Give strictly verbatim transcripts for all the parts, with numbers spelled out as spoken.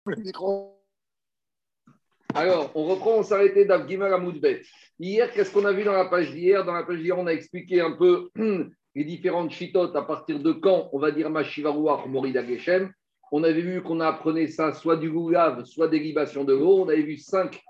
Alors, on reprend, on s'arrêtait d'Av Gimel Amoudbet. Hier, qu'est-ce qu'on a vu dans la page d'hier? Dans la page d'hier, on a expliqué un peu les différentes chitotes, à partir de quand on va dire Mashivarouach Morida Geshem. On avait vu qu'on apprenait ça soit du goulav, soit des libations de l'eau. On avait vu cinq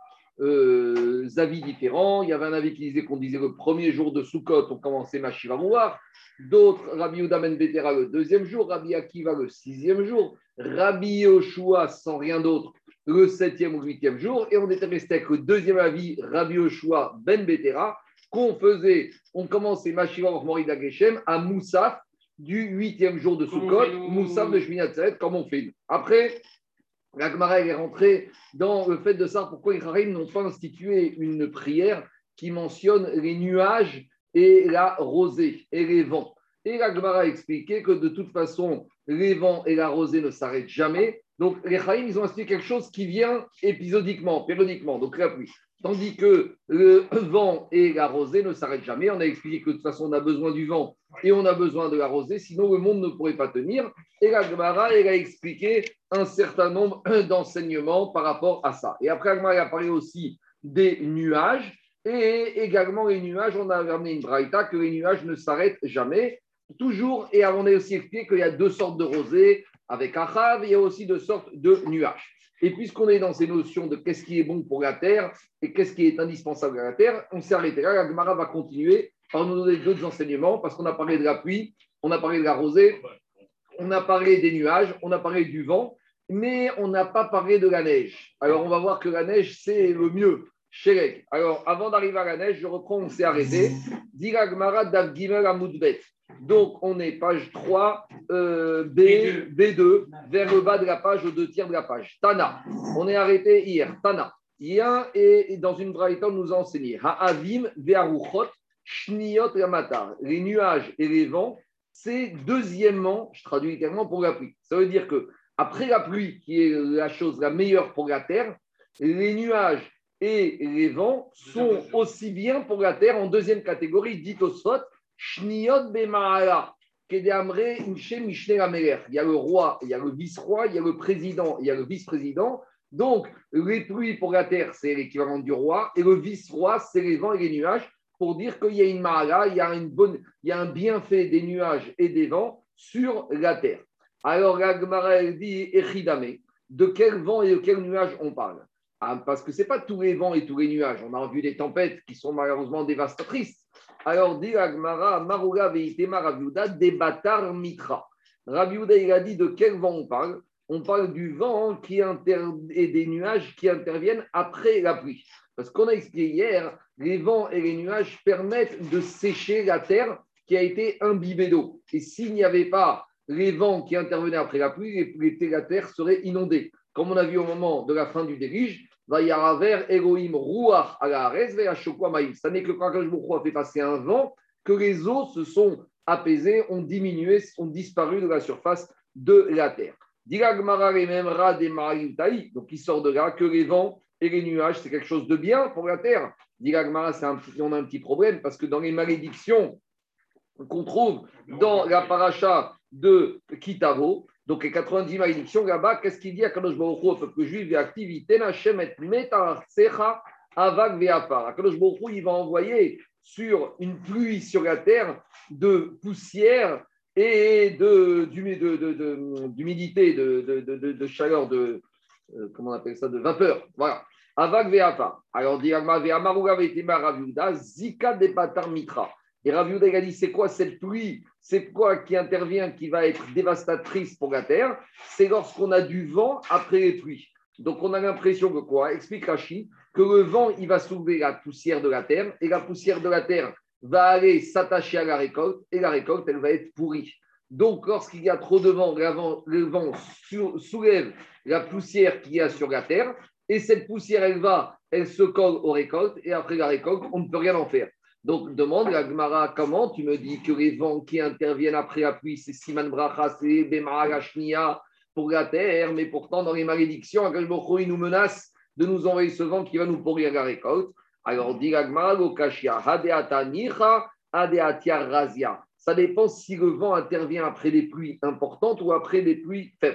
euh, avis différents. Il y avait un avis qui disait qu'on disait le premier jour de Sukkot, on commençait Mashivarouach. D'autres, Rabbi Yehuda ben Betera le deuxième jour, Rabbi Akiva le sixième jour, Rabbi Yoshua sans rien d'autre le septième ou huitième jour, et on était resté avec le deuxième avis, Rabbi Yoshua ben Betera, qu'on faisait, on commençait Mashivarouach Morida Geshem à Moussaf du huitième jour de Sukkot, Moussaf de Shmini Atzeret, comme on fait. Après, la Gemara est rentrée dans le fait de ça, pourquoi les Chachamim n'ont pas institué une prière qui mentionne les nuages et la rosée et les vents. Et la Gemara a expliqué que de toute façon, les vents et la rosée ne s'arrêtent jamais. Donc, les Chachamim, ils ont institué quelque chose qui vient épisodiquement, périodiquement, donc la pluie. Tandis que le vent et la rosée ne s'arrêtent jamais. On a expliqué que de toute façon, on a besoin du vent et on a besoin de la rosée, sinon le monde ne pourrait pas tenir. Et la Gemara, elle a expliqué un certain nombre d'enseignements par rapport à ça. Et après, la Gemara a parlé aussi des nuages. Et également, les nuages, on a amené une braïta que les nuages ne s'arrêtent jamais. Toujours, et on a aussi expliqué qu'il y a deux sortes de rosée avec Achav, il y a aussi deux sortes de nuages. Et puisqu'on est dans ces notions de qu'est-ce qui est bon pour la terre et qu'est-ce qui est indispensable à la terre, on s'est arrêté là. La Gemara va continuer par nous donner d'autres enseignements parce qu'on a parlé de la pluie, on a parlé de la rosée, on a parlé des nuages, on a parlé du vent, mais on n'a pas parlé de la neige. Alors on va voir que la neige, c'est le mieux. Sherek. Alors avant d'arriver à la neige, je reprends, on s'est arrêté. Dit la Gemara d'Av Gimel Amoudbet. Donc, on est page trois, euh, B, B deux, vers le bas de la page, aux deux tiers de la page. Tana. On est arrêté hier. Tana. Hier, et dans une braïta, on nous a enseigné Ha'avim ve'aruchot shniot yamatar. Les nuages et les vents, c'est deuxièmement, je traduis littéralement, pour la pluie. Ça veut dire que après la pluie, qui est la chose la meilleure pour la terre, les nuages et les vents sont aussi bien pour la terre en deuxième catégorie, dit Tosfot. Shniot bemaala, kedamre inche mishne lameler. Il y a le roi, il y a le vice-roi, il y a le président, il y a le vice-président. Donc, les pluies pour la terre, c'est l'équivalent du roi, et le vice-roi, c'est les vents et les nuages, pour dire qu'il y a une maala, il y a, une bonne, il y a un bienfait des nuages et des vents sur la terre. Alors, la Gemara dit Echidame, de quel vent et de quel nuage on parle? Ah, parce que ce n'est pas tous les vents et tous les nuages. On a vu des tempêtes qui sont malheureusement dévastatrices. Alors, dit Agmara, Marouga Veitema Rabiouda, Debatar Mitra. Rabiouda, il a dit de quel vent on parle? On parle du vent qui inter... et des nuages qui interviennent après la pluie. Parce qu'on a expliqué hier, les vents et les nuages permettent de sécher la terre qui a été imbibée d'eau. Et s'il n'y avait pas les vents qui intervenaient après la pluie, la terre serait inondée. Comme on a vu au moment de la fin du déluge, Vayaraver Elohim Ruach Alares Veashokwa Maïm. Ça n'est que quand Akadosh Baruch Hu a fait passer un vent que les eaux se sont apaisées, ont diminué, ont disparu de la surface de la terre. Diragmara Rememra de Maïutaï, donc il sort de là que les vents et les nuages, c'est quelque chose de bien pour la terre. Diragmara, c'est un petit, on a un petit problème parce que dans les malédictions qu'on trouve dans la paracha de Kitavo, donc les quatre-vingt-dix malédictions là-bas, qu'est-ce qu'il dit à Kadosh Baruch Hu au peuple juif et activité Hashem et metarsecha avak ve'apar. Akadosh Baruch Hu, il va envoyer sur une pluie sur la terre de poussière et de, d'humidité, de, de, d'humidité, de, de, de, de chaleur, de euh, comment on appelle ça, de vapeur. Voilà. Avak ve'apar. Alors dit Agma ve'amaruga ve'tema Raviuda zika de patar mitra. Et Rav Yehuda a dit, c'est quoi cette pluie? C'est quoi qui intervient, qui va être dévastatrice pour la terre? C'est lorsqu'on a du vent après les pluies. Donc on a l'impression que quoi? Explique Rashi, que le vent, il va soulever la poussière de la terre, et la poussière de la terre va aller s'attacher à la récolte, et la récolte, elle va être pourrie. Donc lorsqu'il y a trop de vent, le vent soulève la poussière qu'il y a sur la terre, et cette poussière, elle va, elle se colle aux récoltes, et après la récolte, on ne peut rien en faire. Donc, demande la Gemara, comment tu me dis que les vents qui interviennent après la pluie, c'est Siman Bracha, c'est Bema Gashnia pour la terre, mais pourtant, dans les malédictions, Akadosh Baruch Hu, il nous menace de nous envoyer ce vent qui va nous pourrir la récolte. Alors, dit la Gemara, Lokashia, Hadeata Nicha, Hadeatia Razia. Ça dépend si le vent intervient après des pluies importantes ou après des pluies faibles.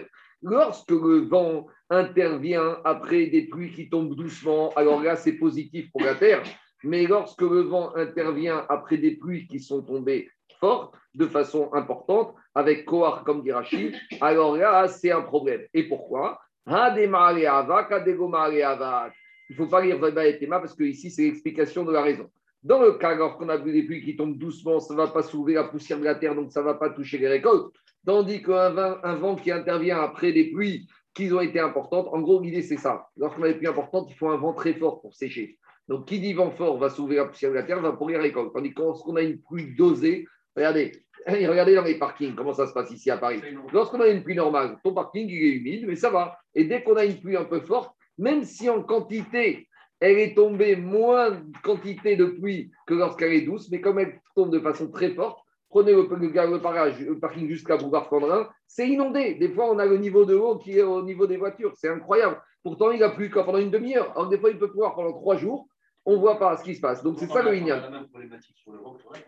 Lorsque le vent intervient après des pluies qui tombent doucement, alors là, c'est positif pour la terre. Mais lorsque le vent intervient après des pluies qui sont tombées fortes, de façon importante, avec Kohar comme dit Rashi, alors là, c'est un problème. Et pourquoi? Il ne faut pas lire Vada et Tema parce que ici, c'est l'explication de la raison. Dans le cas, lorsqu'on a vu des pluies qui tombent doucement, ça ne va pas soulever la poussière de la terre, donc ça ne va pas toucher les récoltes. Tandis qu'un vent, un vent qui intervient après des pluies qui ont été importantes, en gros, l'idée, c'est ça. Lorsqu'on a des pluies importantes, il faut un vent très fort pour sécher. Donc, qui dit vent fort va soulever la poussière de la terre, va pour les récoltes. Tandis que lorsqu'on a une pluie dosée, regardez, regardez dans les parkings, comment ça se passe ici à Paris. Lorsqu'on a une pluie normale, ton parking, il est humide, mais ça va. Et dès qu'on a une pluie un peu forte, même si en quantité, elle est tombée moins de quantité de pluie que lorsqu'elle est douce, mais comme elle tombe de façon très forte, prenez le, le, le, parage, le parking jusqu'à Boulevard Flandrin, c'est inondé. Des fois, on a le niveau de l'eau qui est au niveau des voitures. C'est incroyable. Pourtant, il a plu pendant une demi-heure. Alors, des fois, il peut pleuvoir pendant trois jours. On ne voit pas ce qui se passe. Donc, c'est ça le Ignan. la même problématique sur le vent que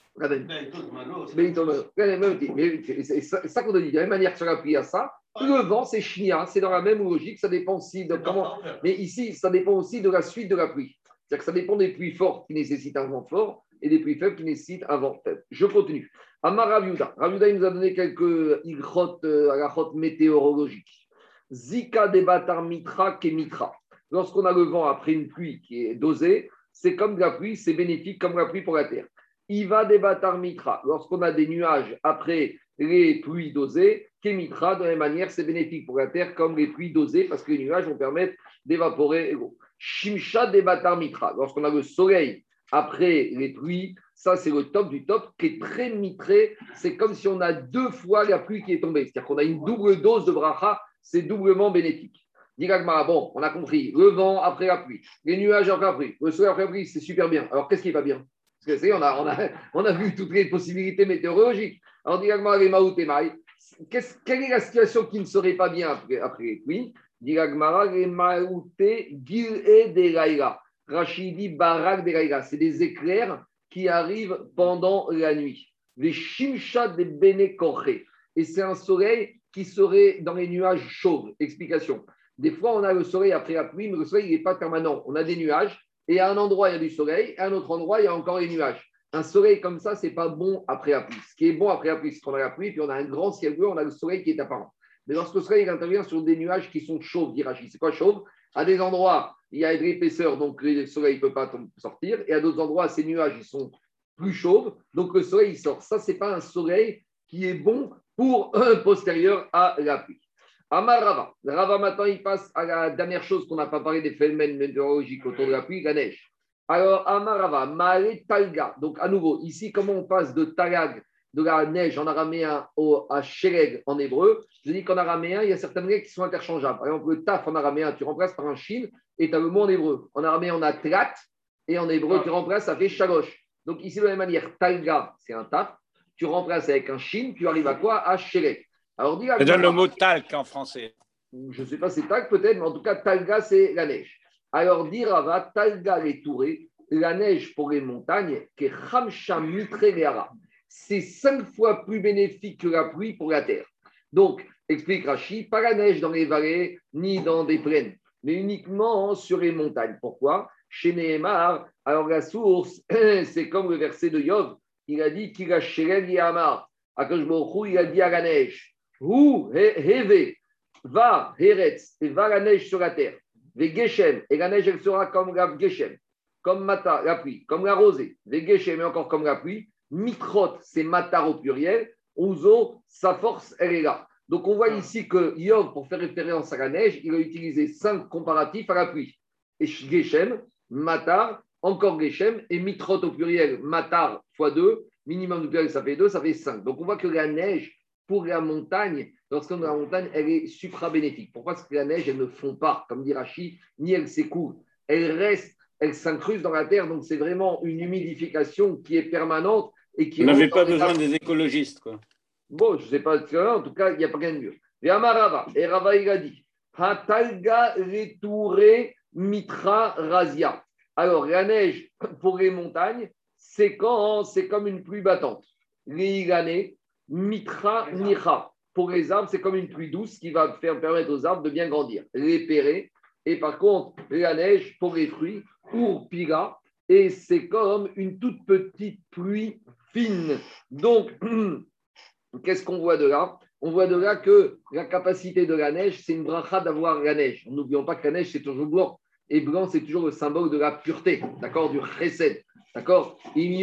Mais c'est ça qu'on te dit. De la même manière que sur la pluie à ça, le vent, c'est chnia, c'est dans la même logique. Ça dépend aussi de comment. Mais ici, ça dépend aussi de la suite de la pluie. C'est-à-dire que ça dépend des pluies fortes qui nécessitent un vent fort et des pluies faibles qui nécessitent un vent faible. Je continue. Amar Raviuda. Raviuda, il nous a donné quelques igrot, alachot météorologiques. Zika de batar mitra ke mitra. Lorsqu'on a le vent après une pluie qui est dosée, c'est comme de la pluie, c'est bénéfique comme la pluie pour la terre. Iva de batar mitra. Lorsqu'on a des nuages après les pluies dosées, Kémitra, de la même manière, c'est bénéfique pour la terre comme les pluies dosées parce que les nuages vont permettre d'évaporer l'eau. Shimsha de batar mitra. Lorsqu'on a le soleil après les pluies, ça c'est le top du top qui est très mitré. C'est comme si on a deux fois la pluie qui est tombée. C'est-à-dire qu'on a une double dose de bracha, c'est doublement bénéfique. Diragma, bon, on a compris. Le vent après la pluie, les nuages après la pluie, le soleil après la pluie, c'est super bien. Alors qu'est-ce qui n'est pas bien? Parce que c'est, on a, on, a, on a vu toutes les possibilités météorologiques. Alors, Diragma, les Maoutémaï, quelle est la situation qui ne serait pas bien après, après les pluies? Diragma, les Maouté, Gil'e de Laïla. Rachidi, Barak de Laïla. C'est des éclairs qui arrivent pendant la nuit. Les Shimsha de Bene Korché. Et c'est un soleil qui serait dans les nuages chauves. Explication. Des fois, on a le soleil après la pluie, mais le soleil n'est pas permanent. On a des nuages. Et à un endroit, il y a du soleil, et à un autre endroit, il y a encore les nuages. Un soleil comme ça, ce n'est pas bon après la pluie. Ce qui est bon après la pluie, c'est qu'on a la pluie, puis on a un grand ciel bleu, on a le soleil qui est apparent. Mais lorsque le soleil intervient sur des nuages qui sont chauves, dit Rachid, c'est quoi chauve? À des endroits, il y a de l'épaisseur, donc le soleil ne peut pas sortir, et à d'autres endroits, ces nuages, ils sont plus chauves, donc le soleil, il sort. Ça, ce n'est pas un soleil qui est bon pour un postérieur à la pluie. Amar Rava. Rava, maintenant, il passe à la dernière chose qu'on n'a pas parlé des phénomènes météorologiques autour de la pluie, la neige. Alors, Amar Rava, Maale Talga. Donc, à nouveau, ici, comment on passe de Talag, de la neige en araméen, au, à Shereg en hébreu? Je dis qu'en araméen, il y a certaines règles qui sont interchangeables. Par exemple, le taf en araméen, tu remplaces par un shin et tu as le mot en hébreu. En araméen, on a tlat et en hébreu, tu remplaces, ça fait shalosh. Donc, ici, de la même manière, Talga, c'est un taf. Tu remplaces avec un shin, tu arrives à quoi? À Shereg. Alors, dis Ça donne le mot talc en français. Je ne sais pas, c'est talc peut-être, mais en tout cas, talga, c'est la neige. Alors, dit Rava, talga les tourés, la neige pour les montagnes, qui est Khamsha Mitre Leara. C'est cinq fois plus bénéfique que la pluie pour la terre. Donc, explique Rashi, pas la neige dans les vallées ni dans des plaines, mais uniquement sur les montagnes. Pourquoi? Chez Nehemar, alors la source, c'est comme le verset de Yov, il a dit qu'il a Shereg Yamar. Akash Baruch Hu, il a dit à la neige. Hu, Heve, va, Heretz, et va la neige sur la terre. Ve Geshem, et la neige, elle sera comme la Geshem, comme Mata, la pluie, comme la rosée. Ve Geshem, et encore comme la pluie. Mitrot, c'est Matar au pluriel. Ouzo, sa force, elle est là. Donc, on voit ici que Yov, pour faire référence à la neige, il a utilisé cinq comparatifs à la pluie. Et Geshem, Matar, encore Geshem, et Mitrot au pluriel, Matar fois deux, minimum du pluriel, ça fait deux, ça fait cinq. Donc, on voit que la neige, pour la montagne, lorsqu'on est dans la montagne, elle est supra-bénéfique. Pourquoi? Parce que la neige, elle ne fond pas, comme dit Rashi, ni elle s'écoule. Elle reste, elle s'incruste dans la terre, donc c'est vraiment une humidification qui est permanente et qui. On n'avait pas besoin des écologistes, quoi. Bon, je ne sais pas, en tout cas, il n'y a pas rien de mieux. Et Amarava, et Rava, il a dit, Hatalga retouré mitra razia. Alors, la neige pour les montagnes, c'est quand c'est comme une pluie battante. L'Igané, Mitra Nicha. pour les arbres, c'est comme une pluie douce qui va faire permettre aux arbres de bien grandir. Les pérets, et par contre, la neige pour les fruits, urpira, et c'est comme une toute petite pluie fine. Donc, qu'est-ce qu'on voit de là? On voit de là que la capacité de la neige, c'est une bracha d'avoir la neige. N'oublions pas que la neige, c'est toujours blanc. Et blanc, c'est toujours le symbole de la pureté, d'accord, du chesed. D'accord.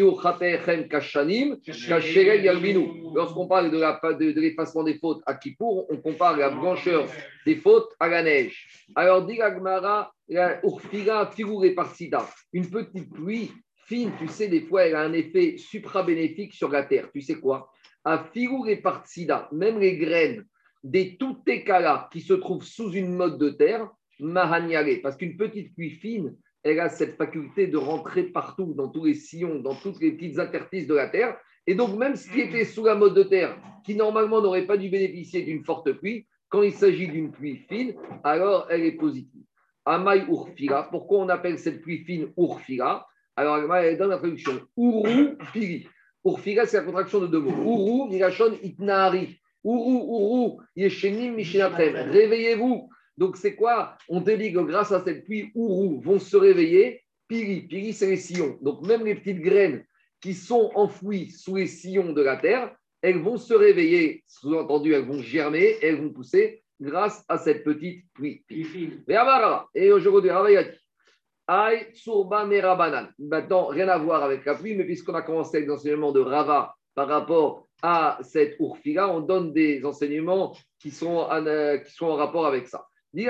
Lorsqu'on parle de, la, de, de l'effacement des fautes à Kippour, on compare la blancheur des fautes à la neige. Alors, dit la Gemara, la urfira figuré par sida, une petite pluie fine, tu sais, des fois, elle a un effet supra-bénéfique sur la terre. Tu sais quoi? À figuré par sida, même les graines des toutekala qui se trouvent sous une mode de terre, mahaniale, parce qu'une petite pluie fine, elle a cette faculté de rentrer partout, dans tous les sillons, dans toutes les petites interstices de la terre. Et donc, même ce qui était sous la mode de terre, qui normalement n'aurait pas dû bénéficier d'une forte pluie, quand il s'agit d'une pluie fine, alors elle est positive. Amai urfira, pourquoi on appelle cette pluie fine urfira? Alors, elle donne la traduction. Uru piri. Urfira, c'est la contraction de deux mots. Uru, mirachon itnaari. Uru, uru, yeshenim mishinatrem. Réveillez-vous. Donc, c'est quoi? On te dit que grâce à cette pluie, Ourou vont se réveiller. Piri, Piri, c'est les sillons. Donc, même les petites graines qui sont enfouies sous les sillons de la terre, elles vont se réveiller. Sous-entendu, elles vont germer, elles vont pousser grâce à cette petite pluie. Et aujourd'hui, Ravayati. Aïe, Tsurba, Merabanan. Maintenant, rien à voir avec la pluie, mais puisqu'on a commencé avec l'enseignement de Rava par rapport à cette Urfila, on donne des enseignements qui sont en, euh, qui sont en rapport avec ça.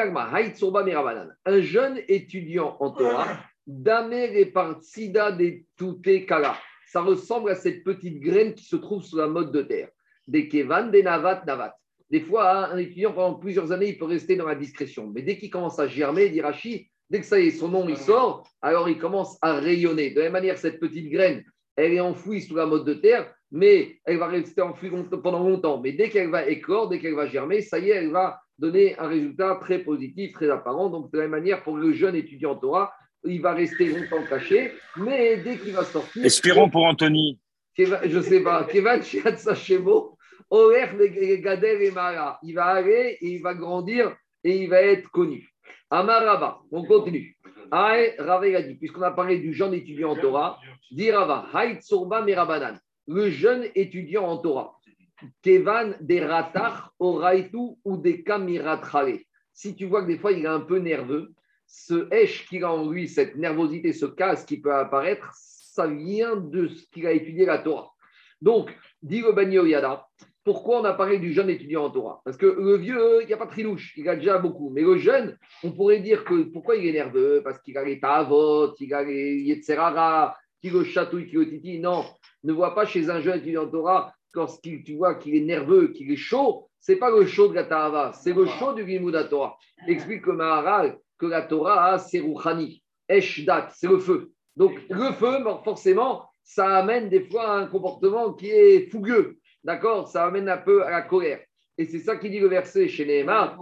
Un jeune étudiant en Torah, Damer et Partsida de Touté Kala. Ça ressemble à cette petite graine qui se trouve sous la mode de terre. Des Kevan, des Navat, Navat. Des fois, un étudiant, pendant plusieurs années, il peut rester dans la discrétion. Mais dès qu'il commence à germer, dit Rachid, dès que ça y est, son nom, il sort, alors il commence à rayonner. De la même manière, cette petite graine, elle est enfouie sous la mode de terre, mais elle va rester enfouie pendant longtemps. Mais dès qu'elle va éclore, dès qu'elle va germer, ça y est, elle va donner un résultat très positif, très apparent. Donc, de la même manière, pour le jeune étudiant en Torah, il va rester longtemps caché, mais dès qu'il va sortir... Espérons pour Anthony. Je ne sais pas. Kevan Shiat Sachemo, Oler Gader et Mara. Il va aller, et il va grandir et il va être connu. Amaraba, on continue. Aïe, Rava, il a dit, puisqu'on a parlé du jeune étudiant en Torah, dit Rava, Haït Sorba Merabanan, le jeune étudiant en Torah. Kevan des ratach oraitu ou des kamiratrale. Si tu vois que des fois il est un peu nerveux, ce hesh qu'il a en lui, cette nervosité, ce casse qui peut apparaître, ça vient de ce qu'il a étudié la Torah. Donc, dit le Bani Oyada, pourquoi on a parlé du jeune étudiant en Torah? Parce que le vieux, il n'y a pas de trilouche, il a déjà beaucoup. Mais le jeune, on pourrait dire que pourquoi il est nerveux? Parce qu'il a les ta'avot, il a les yetzerara, qu'il le chatouille, qu'il le titi. Non, ne vois pas chez un jeune étudiant en Torah, lorsqu'il tu vois qu'il est nerveux, qu'il est chaud, ce n'est pas le chaud de la ta'ava, c'est le chaud du Limud à Torah. Explique le Maharal que la Torah, c'est Rouhani, Eshdat, c'est le feu. Donc le feu, forcément, ça amène des fois à un comportement qui est fougueux. D'accord? Ça amène un peu à la colère. Et c'est ça qui dit le verset chez Nehemar.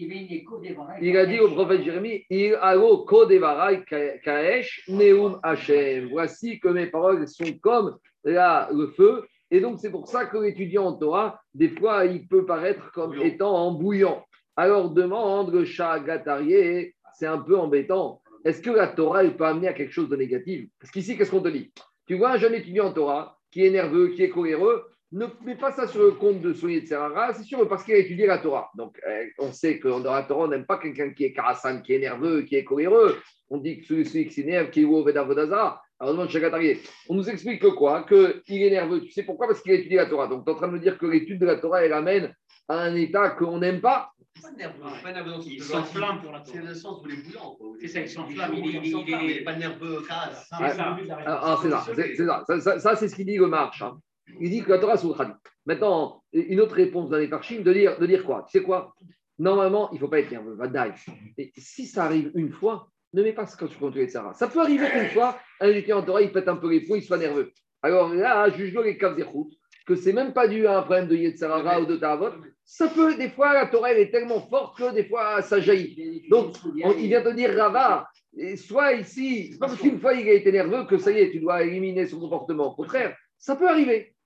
Il a dit au prophète Jérémie, Il alo kodevarai kaesh neum Hashem. Voici que mes paroles sont comme là, le feu. Et donc, c'est pour ça que l'étudiant en Torah, des fois, il peut paraître comme bouillant. Étant en bouillant. Alors, demande le Shah Gatarié, c'est un peu embêtant. Est-ce que la Torah, elle peut amener à quelque chose de négatif? Parce qu'ici, qu'est-ce qu'on te dit? Tu vois un jeune étudiant en Torah qui est nerveux, qui est coléreux, ne mets pas ça sur le compte de Soyer de Serara, c'est sûr, parce qu'il a étudié la Torah. Donc, on sait que dans la Torah, on n'aime pas quelqu'un qui est karassan, qui est nerveux, qui est coléreux. On dit que celui qui s'énerve, qui est ou Vedavodazara. Alors, demande Chagatarié. On nous explique que quoi? Qu'il est nerveux. Tu sais pourquoi? Parce qu'il a étudié la Torah. Donc, tu es en train de me dire que l'étude de la Torah, elle amène à un état qu'on n'aime pas. Pas nerveux, pas nerveux. Il s'enflamme pour la Torah. C'est le sens où il est bouillant. C'est ça, il s'enflamme. Il n'est pas nerveux, casse. C'est ça. Ah, c'est ça. C'est ça. Ça, ça, ça, c'est ce qu'il dit le marche. Hein. Il dit que la Torah, c'est Khadi. Maintenant, une autre réponse d'un Efarchim, de dire, de dire quoi? Tu sais quoi? Normalement, il ne faut pas être nerveux. Et si ça arrive une fois, ne mets pas ce quand tu contrôles les Sarah. Ça peut arriver qu'une fois, un étudiant en Torah, il pète un peu les plombs, il soit nerveux. Alors là, juge-le les caves des routes, que c'est même pas dû à un problème de Yetzerara ou de Ta'avot. Ça peut, des fois, la Torah, elle est tellement forte que des fois, ça jaillit. Donc, on, il vient te dire, Rava, soit ici, c'est pas parce qu'une fois, il a été nerveux que ça y est, tu dois éliminer son comportement. Au contraire, ça peut arriver.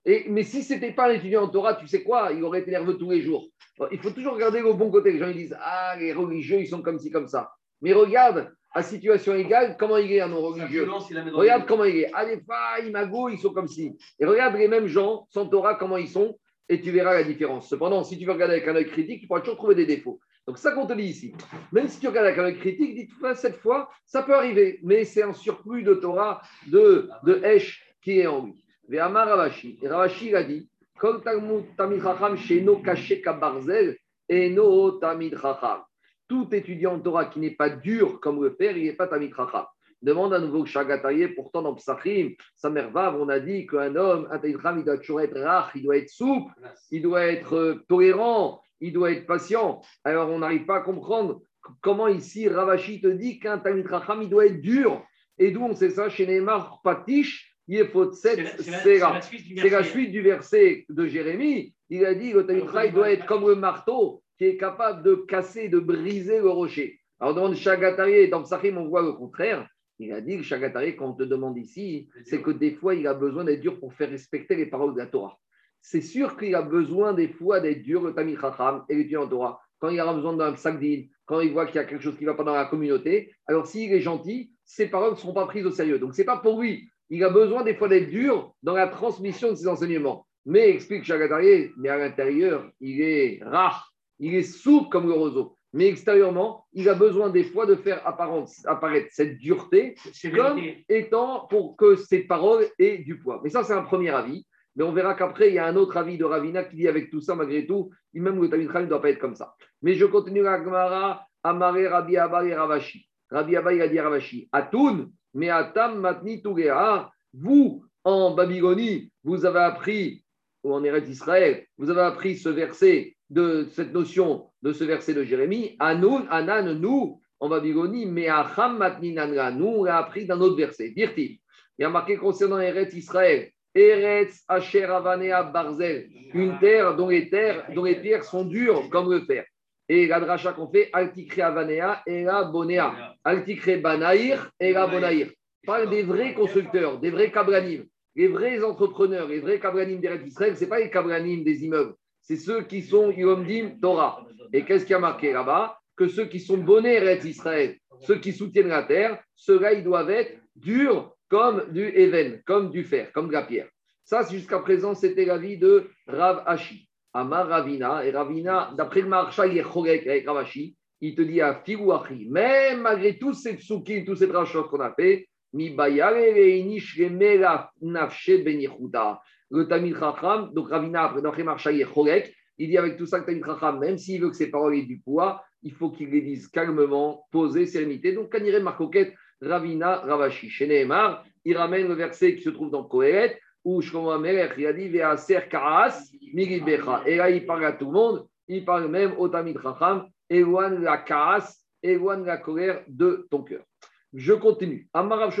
Et, mais si ce n'était pas un étudiant en Torah, tu sais quoi, il aurait été nerveux tous les jours. Il faut toujours regarder le bon côté. Les gens ils disent ah, les religieux, ils sont comme ci, comme ça. Mais regarde, à situation égale, comment il est un non-religieux. Regarde comment il est. Ah, les fois, il magouille, ils sont comme ci. Et regarde les mêmes gens, sans Torah, comment ils sont, et tu verras la différence. Cependant, si tu veux regarder avec un œil critique, tu pourras toujours trouver des défauts. Donc, ça qu'on te dit ici. Même si tu regardes avec un œil critique, dis-toi, cette fois, ça peut arriver. Mais c'est un surplus de Torah, de, de Esh qui est en lui. Ve'amar Ravashi. Et Ravashi il a dit Kol Talmud Tamid Chacham Sheino Kaché Kabarzel Eno Tamid Chacham. Tout étudiant en Torah qui n'est pas dur comme le père, il n'est pas Tamid Chacham. Demande à nouveau Shagatarié, pourtant dans Psachim, sa mère Vav, on a dit qu'un homme, un Tamid Chacham, il doit toujours être rach, il doit être souple, il doit être euh, tolérant, il doit être patient. Alors on n'arrive pas à comprendre comment ici Ravashi te dit qu'un Tamid Chacham, il doit être dur. Et d'où on sait ça chez Neymar Patish. C'est la, la suite du verset de Jérémie. Il a dit que le Tamid Chacham doit être comme le marteau qui est capable de casser, de briser le rocher. Alors, dans le Shagatari, dans Psachim, on voit le contraire. Il a dit que Shagatari, quand on te demande ici, c'est que des fois, il a besoin d'être dur pour faire respecter les paroles de la Torah. C'est sûr qu'il a besoin des fois d'être dur, le Tamid Chacham et l'étudiant en Torah. Quand il aura besoin d'un psak-din, quand il voit qu'il y a quelque chose qui ne va pas dans la communauté, alors s'il est gentil, ses paroles ne seront pas prises au sérieux. Donc, ce n'est pas pour lui. Il a besoin des fois d'être dur dans la transmission de ses enseignements. Mais, explique Shagatari, mais à l'intérieur, il est rare, il est souple comme le roseau. Mais extérieurement, il a besoin des fois de faire apparaître cette dureté comme étant pour que ses paroles aient du poids. Mais ça, c'est un premier avis. Mais on verra qu'après, il y a un autre avis de Ravina qui dit avec tout ça, malgré tout, même le Tamid Chacham ne doit pas être comme ça. Mais je continue la Gemara, Amare Rabbi Abba et Ravashi. Rabbi Abba, il a dit à Ravashi, Atoun, mais Atam Matni Tougeha, vous, en Babylonie, vous avez appris, ou en Eretz Israël, vous avez appris ce verset, de cette notion de ce verset de Jérémie, Anoun, Anan, nous, en Babylonie, mais Acham Matni Nanra, nous, on l'a appris d'un autre verset. Dire-t-il, il y a marqué concernant Eretz Israël, Eretz Asher Avanea Barzel, une terre dont les, terres, dont les pierres sont dures comme le fer. Et la dracha qu'on fait, Altikre Avanea et la Bonea, Altikre Banaïr et la Bonaïr. Parle des vrais constructeurs, des vrais kabranim. Les vrais entrepreneurs, les vrais kabranim d'Eretz Israël, ce n'est pas les kabranim des immeubles, c'est ceux qui sont Yomdim Torah. Et qu'est-ce qui a marqué là-bas? Que ceux qui sont bonnets Eretz Israël, ceux qui soutiennent la terre, ceux-là, ils doivent être durs comme du Even, comme du fer, comme de la pierre. Ça, jusqu'à présent, c'était l'avis de Rav Ashi. Amar Ravina, et Ravina, d'après le Maharsha, il est chorek avec Rav Ashi, il te dit à Figu Achi, même malgré tous ces psukim, tous ces drachot qu'on a fait, Mi bayare reinish remela nafshe benichuta. Le Tamid Chacham, donc Ravina, après d'après Maharsha, il est chorek, il dit avec tout ça que Tamid Chacham, même s'il veut que ses paroles aient du poids, il faut qu'il les dise calmement, posé, sérénité. Donc, Kanire Marcoquette, Ravina, Ravashi. Chez Nehemar, il ramène le verset qui se trouve dans Kohelet, où Shlomo Amelech, il a dit Ve'aser Kaas, Miribecha. Et là, il parle à tout le monde, il parle même au Tamid Chacham, éloigne la Kaas, éloigne la colère de ton cœur. Je continue. Alors,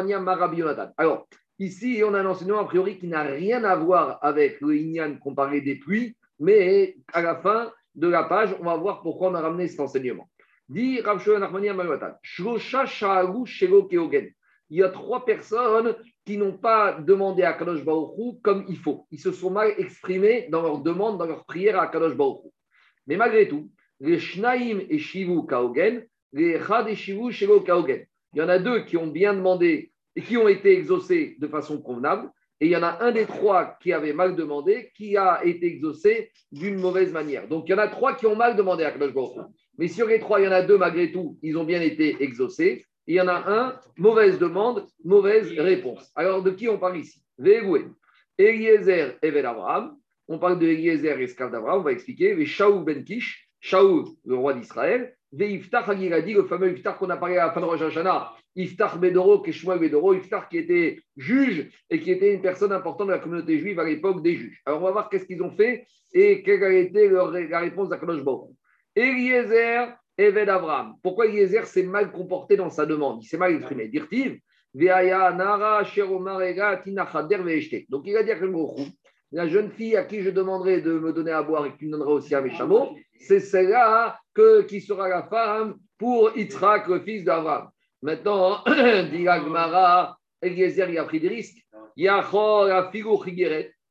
ici, on a un enseignement a priori qui n'a rien à voir avec le Inyan qu'on parlait des pluies, mais à la fin de la page, on va voir pourquoi on a ramené cet enseignement. Dit Rav Shlomo Nachmani Amalwatan, Shlosha Sha'alu Shelo Keogen. Il y a trois personnes qui n'ont pas demandé à Kadosh Baruch Hu comme il faut. Ils se sont mal exprimés dans leur demande, dans leur prière à Kadosh Baruch Hu. Mais malgré tout, les Shnaim et Shivu Kaogen, les Echad et Shivu Shelo Kaogen. Il y en a deux qui ont bien demandé et qui ont été exaucés de façon convenable. Et il y en a un des trois qui avait mal demandé, qui a été exaucé d'une mauvaise manière. Donc, il y en a trois qui ont mal demandé à Kadosh Baruch Hu. Mais sur les trois, il y en a deux, malgré tout, ils ont bien été exaucés. Et il y en a un, mauvaise demande, mauvaise réponse. Alors, de qui on parle ici? Véhoué. Eliezer et Abraham. On parle de Eliezer, esclave d'Abraham, on va expliquer. Et Shaoul ben Kish, Shaoul, le roi d'Israël. Veiftar Hagiradi, le fameux Iftar qu'on a parlé à la fin de Rosh Hashanah. Iftar Bedoro, Keshmuel Bedoro, Iftar qui était juge et qui était une personne importante de la communauté juive à l'époque des juges. Alors, on va voir qu'est-ce qu'ils ont fait et quelle a été leur, la réponse d'Akadosh Baruch Hu. Eliezer, Eved Abraham. Pourquoi Eliezer s'est mal comporté dans sa demande? Il s'est mal exprimé. Dirtiv, Veaya Nara, Sheromarega, Tinachader, Veeshte. Donc, il a dit à Akadosh Baruch Hu, la jeune fille à qui je demanderai de me donner à boire et qui me donnera aussi à mes chameaux, c'est celle-là que, qui sera la femme pour Yitzhak, le fils d'Abraham. Maintenant, dit la Gemara, Eliezer, il a pris des risques. Yachor, la figure Chigeret.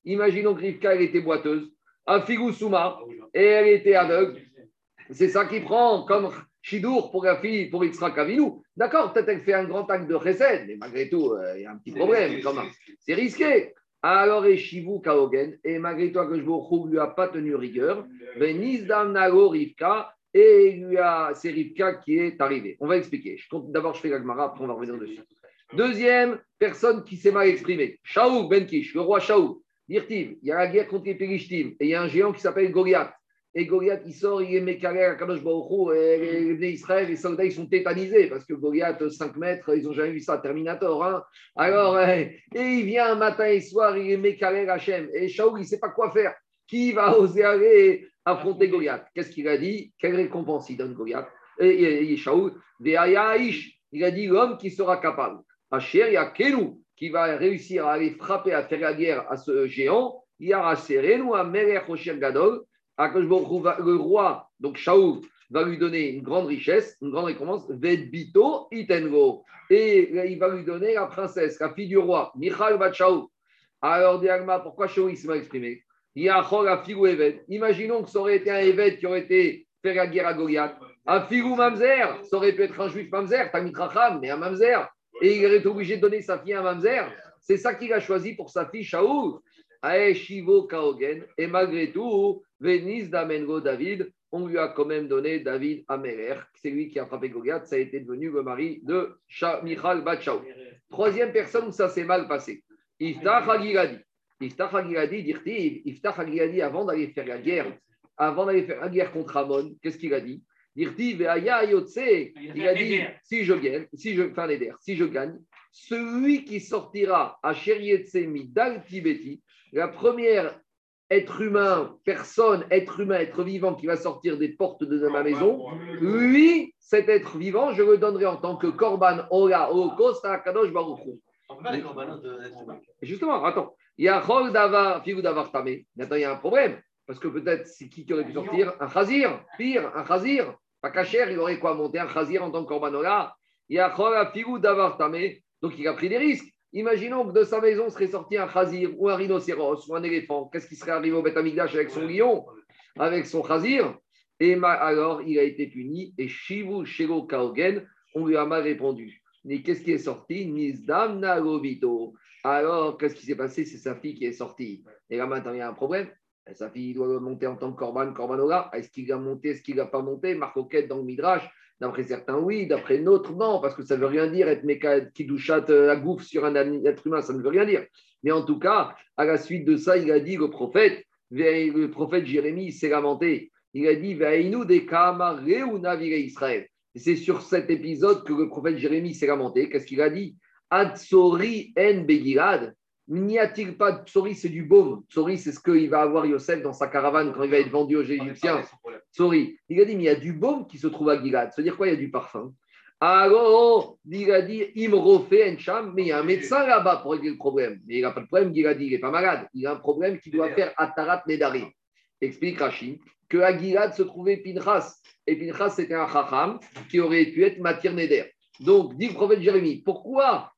Imaginons que Rivka, elle était boiteuse, Afigou Souma, et elle était aveugle. C'est ça qui prend comme Chidour pour la fille, pour Yitzhak Avinu. D'accord, peut-être qu'elle fait un grand acte de chesed, mais malgré tout, il euh, y a un petit problème quand même. C'est risqué. Alors, et Shivou Kaogen, et malgré tout, que je vous lui a pas tenu rigueur, Venizdam Nago Rivka, et lui a, c'est Rivka qui est arrivé. On va expliquer. Je compte, d'abord, je fais la Gemara, après on va revenir dessus. Deuxième personne qui s'est mal exprimée, Shaoul Ben Kish, le roi Shaoul. Dirtiv, il y a la guerre contre les Périshtim, et il y a un géant qui s'appelle Goliath. Et Goliath, il sort, il est mécaré à Kadosh Baruch Hu, et les Bnei Israël, les soldats, ils sont tétanisés, parce que Goliath, cinq mètres, ils n'ont jamais vu ça, Terminator. Hein. Alors, et il vient matin et soir, il est mécaré à Hachem. Et Shaoul, il ne sait pas quoi faire. Qui va oser aller affronter Goliath? Qu'est-ce qu'il a dit? Quelle récompense il donne Goliath? Et, et, et Shaoul, il a dit l'homme qui sera capable. Hacher, il y a Kenou qui va réussir à aller frapper, à faire la guerre à ce géant. Il y a Serenu, à Melech Hosher Gadol. Le roi, donc Shaoul, va lui donner une grande richesse, une grande récompense, Vedbito Itengo. Et il va lui donner la princesse, la fille du roi, Michal Bat Shaoul. Alors, Diagma, pourquoi Shaoul s'est mal exprimé? Imaginons que ça aurait été un évêque qui aurait été faire la guerre à Goliath. Un figou Mamzer, ça aurait pu être un juif Mamzer, Tamit Racham, mais un Mamzer. Et il aurait été obligé de donner sa fille à un Mamzer. C'est ça qu'il a choisi pour sa fille Shaoul. Ae Shivo Kaogen. Et malgré tout, Vénis d'Amengo David, on lui a quand même donné David Améler. C'est lui qui a frappé Goliath. Ça a été devenu le mari de Michal Bat Shaoul. Troisième personne où ça s'est mal passé. Iftach Hagiladi. Iftach Hagiladi, dit-il, Iftach Hagiladi, avant d'aller faire la guerre, avant d'aller faire la guerre contre Amon, qu'est-ce qu'il a dit? Il a dit, si je gagne, si je fais un éder, si je gagne, celui qui sortira à Sherietse Midal Tibeti, la première être humain, personne, être humain, être vivant qui va sortir des portes de ma maison, lui, cet être vivant, je le donnerai en tant que Korban Ola Holocauste à Kadosh Baruch Hu. Justement, attends, il y a Chol Davar, Figou Davar Tamé. Maintenant, il y a un problème. Parce que peut-être, c'est qui qui aurait pu sortir? Un chazir, pire, un chazir. Pas cacher, il aurait quoi monter un chazir en tant que corbanola. Il y a Chol Figou Davar Tamé. Donc, il a pris des risques. Imaginons que de sa maison serait sorti un chazir ou un rhinocéros ou un éléphant. Qu'est-ce qui serait arrivé au Beth Amikdash avec son lion, avec son chazir? Et alors, il a été puni. Et Shivu Shego Kaogen, on lui a mal répondu. Mais qu'est-ce qui est sorti? Nizdam Nagobito. Alors, qu'est-ce qui s'est passé? C'est sa fille qui est sortie. Et là, maintenant, il y a un problème. Sa fille doit monter en tant que Korban, Korbanola. Est-ce qu'il a monté, est-ce qu'il n'a pas monté? Marcoquette dans le Midrash. D'après certains, oui. D'après d'autres, non. Parce que ça ne veut rien dire être méca qui douchate la gouffe sur un être humain. Ça ne veut rien dire. Mais en tout cas, à la suite de ça, il a dit, le prophète, le prophète Jérémie s'est lamenté. Il a dit, Ve'ainu de Kamare ou Navire Israël. C'est sur cet épisode que le prophète Jérémie s'est lamenté. Qu'est-ce qu'il a dit? Adsori en Begilad. N'y a-t-il pas de Tsori, c'est du baume. Tsori, c'est ce qu'il va avoir Yosef dans sa caravane quand il va être vendu aux Égyptiens. Tsori. Il a dit, mais il y a du baume qui se trouve à Gilad. C'est-à-dire quoi? Il y a du parfum. Alors, il a dit, Imrofe Encham, mais il y a un médecin là-bas pour régler le problème. Mais il n'a pas de problème, Gilad, il n'est pas malade. Il a un problème qu'il doit faire Atarat Nedarim. Explique Rachid que à Gilad se trouvait Pinchas. Et Pinchas, c'était un chacham qui aurait pu être Matir Neder. Donc, dit le prophète Jérémie, pourquoi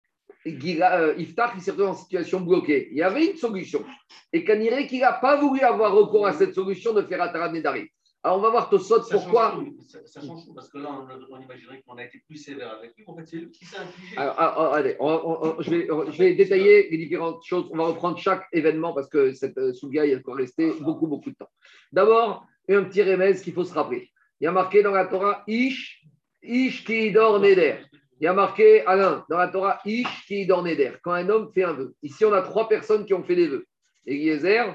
euh, Iftach s'est retrouvé en situation bloquée? Il y avait une solution. Et Kaniré qu'il n'a pas voulu avoir recours à cette solution de faire Atarat Nedarim. Alors, on va voir Tosot pourquoi. Ça, ça change tout, parce que là, on, on imaginerait qu'on a été plus sévère avec lui. En fait, c'est lui qui s'est infligé. Alors, alors, allez, on, on, on, je, vais, je vais détailler les différentes choses. On va reprendre chaque événement parce que cette euh, Souga, il va rester beaucoup, beaucoup de temps. D'abord, un petit remède qu'il faut se rappeler. Il y a marqué dans la Torah Ish, Ish qui dort Neder. Il y a marqué, Alain, dans la Torah Ish qui dort Neder. Quand un homme fait un vœu. Ici, on a trois personnes qui ont fait des vœux: Eliezer,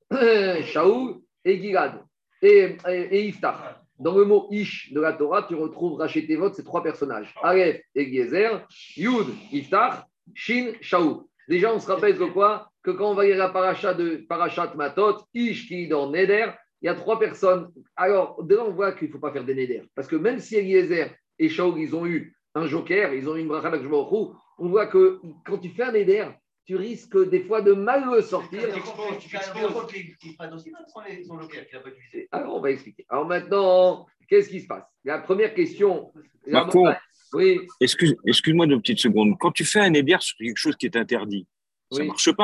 Shaoul et Gilad. Et, et, et Iftach. Dans le mot Ish de la Torah, tu retrouves Rachetevot, ces trois personnages. Aleph, Eliezer, Yud, Iftach, Shin, Shaoul. Déjà, on se rappelle que quoi? Que quand on va lire la paracha de Parashat Matot, Ish qui dort Neder, il y a trois personnes. Alors, de là, on voit qu'il ne faut pas faire des Neder. Parce que même si Eliezer et Shaoul, ils ont eu un joker, ils ont eu une bracha d'Akshbaruch, on voit que quand tu fais un Neder, tu risques des fois de mal le sortir. Alors, on va expliquer. Alors maintenant, qu'est-ce qui se passe? La première question. Marco, oui. excuse, excuse-moi deux petites secondes. Quand tu fais un éder sur quelque chose qui est interdit, ça ne oui. marche pas.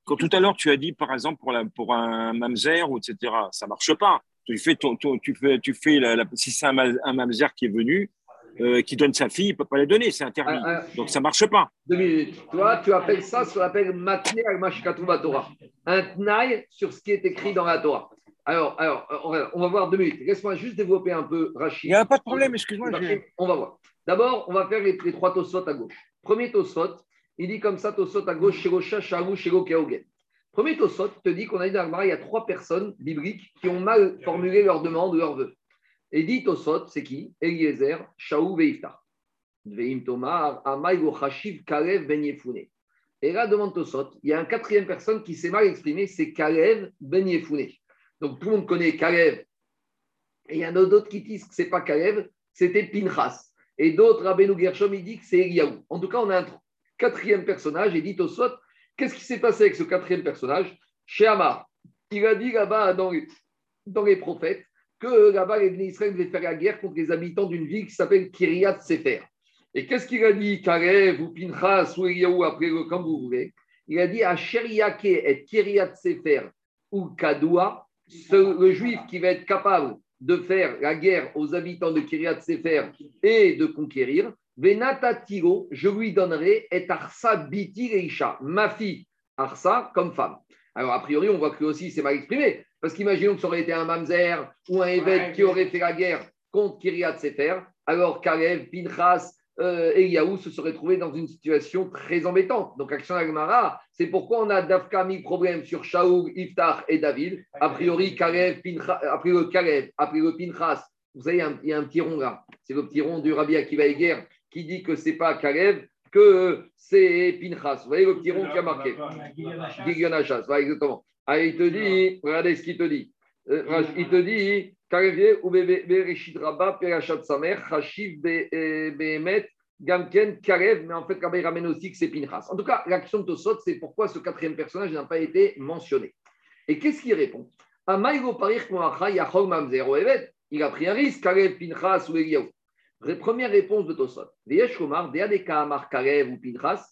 quand tout à l'heure tu as dit, par exemple, pour, la, pour un mamzer, ou et cetera, ça ne marche pas. Tu fais, ton, ton, tu fais, tu fais la, la, si c'est un, un mamzer qui est venu, euh, qui donne sa fille, il ne peut pas la donner, c'est interdit. Ah, ah, Donc ça ne marche pas. Deux minutes. Toi, tu appelles ça ce qu'on appelle matné al-mashkatu Torah. Un tnaï sur ce qui est écrit dans la Torah. Alors, alors on, va, on va voir deux minutes. Laisse-moi juste développer un peu Rachid. Il n'y a pas de problème, excuse-moi. On va voir. D'abord, on va faire les, les trois Tosot à gauche. Premier Tosot, il dit comme ça, Tosot à gauche, Shirosha, Sharu, Shiro, Keogen. Premier Tosot te dit qu'on a dit dans l'Agmara, il y a trois personnes bibliques qui ont mal formulé leur demande ou leur vœu. Et dit Tosot, c'est qui? Eliezer, Shaou, Veiftar. Veim Tomar, Amaïgo, Chashiv, Kalev, Ben Yefune. Et là, devant Tosot, il y a une quatrième personne qui s'est mal exprimée, c'est Kalev, Ben Yefune. Donc tout le monde connaît Kalev. Et il y en a d'autres qui disent que ce n'est pas Kalev, c'était Pinchas. Et d'autres, Rabbeinu Gershom, il dit que c'est Eliaou. En tout cas, on a un quatrième personnage, et dit Tosot, qu'est-ce qui s'est passé avec ce quatrième personnage? Chez Amar, il a dit là-bas dans les, dans les prophètes que là-bas, les Bnei Israël devaient faire la guerre contre les habitants d'une ville qui s'appelle Kiryat Sefer. Et qu'est-ce qu'il a dit, Kalev ou Pinchas ou Eliaou, après le comme vous voulez? Il a dit, à Sheriake et Kiryat Sefer ou Kadoua, le juif qui va être capable de faire la guerre aux habitants de Kiryat Sefer et de conquérir, Venatatiro, je lui donnerai et Arsa Biti Reisha, ma fille Arsa comme femme. Alors, a priori, on voit que lui aussi c'est mal exprimé, parce qu'imaginons que ça aurait été un Mamzer ou un évêque qui aurait fait la guerre contre Kiryat Sefer, alors Kalev, Pinchas, euh, Eliaou se seraient trouvés dans une situation très embêtante. Donc, Action Agmara, c'est pourquoi on a Dafka mis problème sur Shaoul, Iftar et David. A priori, Kalev, Pinchas, après le Kalev, après le Pinchas, vous savez, il y a un petit rond là, c'est le petit rond du Rabbi Akiva Eger qui dit que ce n'est pas Kalev, que c'est Pinchas. Vous voyez le petit rond qui a marqué Gideon Hachas, voilà, exactement. Ah, il te dit, regardez ce qu'il te dit. Euh, il te dit, Kalev ou Bereshit Rabba, Perachat Samer, Hashiv Behemet, Gamken, Kalev, mais en fait, Rabbi ramène aussi que c'est Pinchas. En tout cas, l'action de Tosot, c'est pourquoi ce quatrième personnage n'a pas été mentionné. Et qu'est-ce qu'il répond? Amaïgo Parir Moacha Yachol Mamzer Oevet. Il a pris un risque, Kalev, Pinchas ou Eliaou. Première réponse de Tosot. Veyesh Omar, Deadeka Amar Kalev ou Pinchas,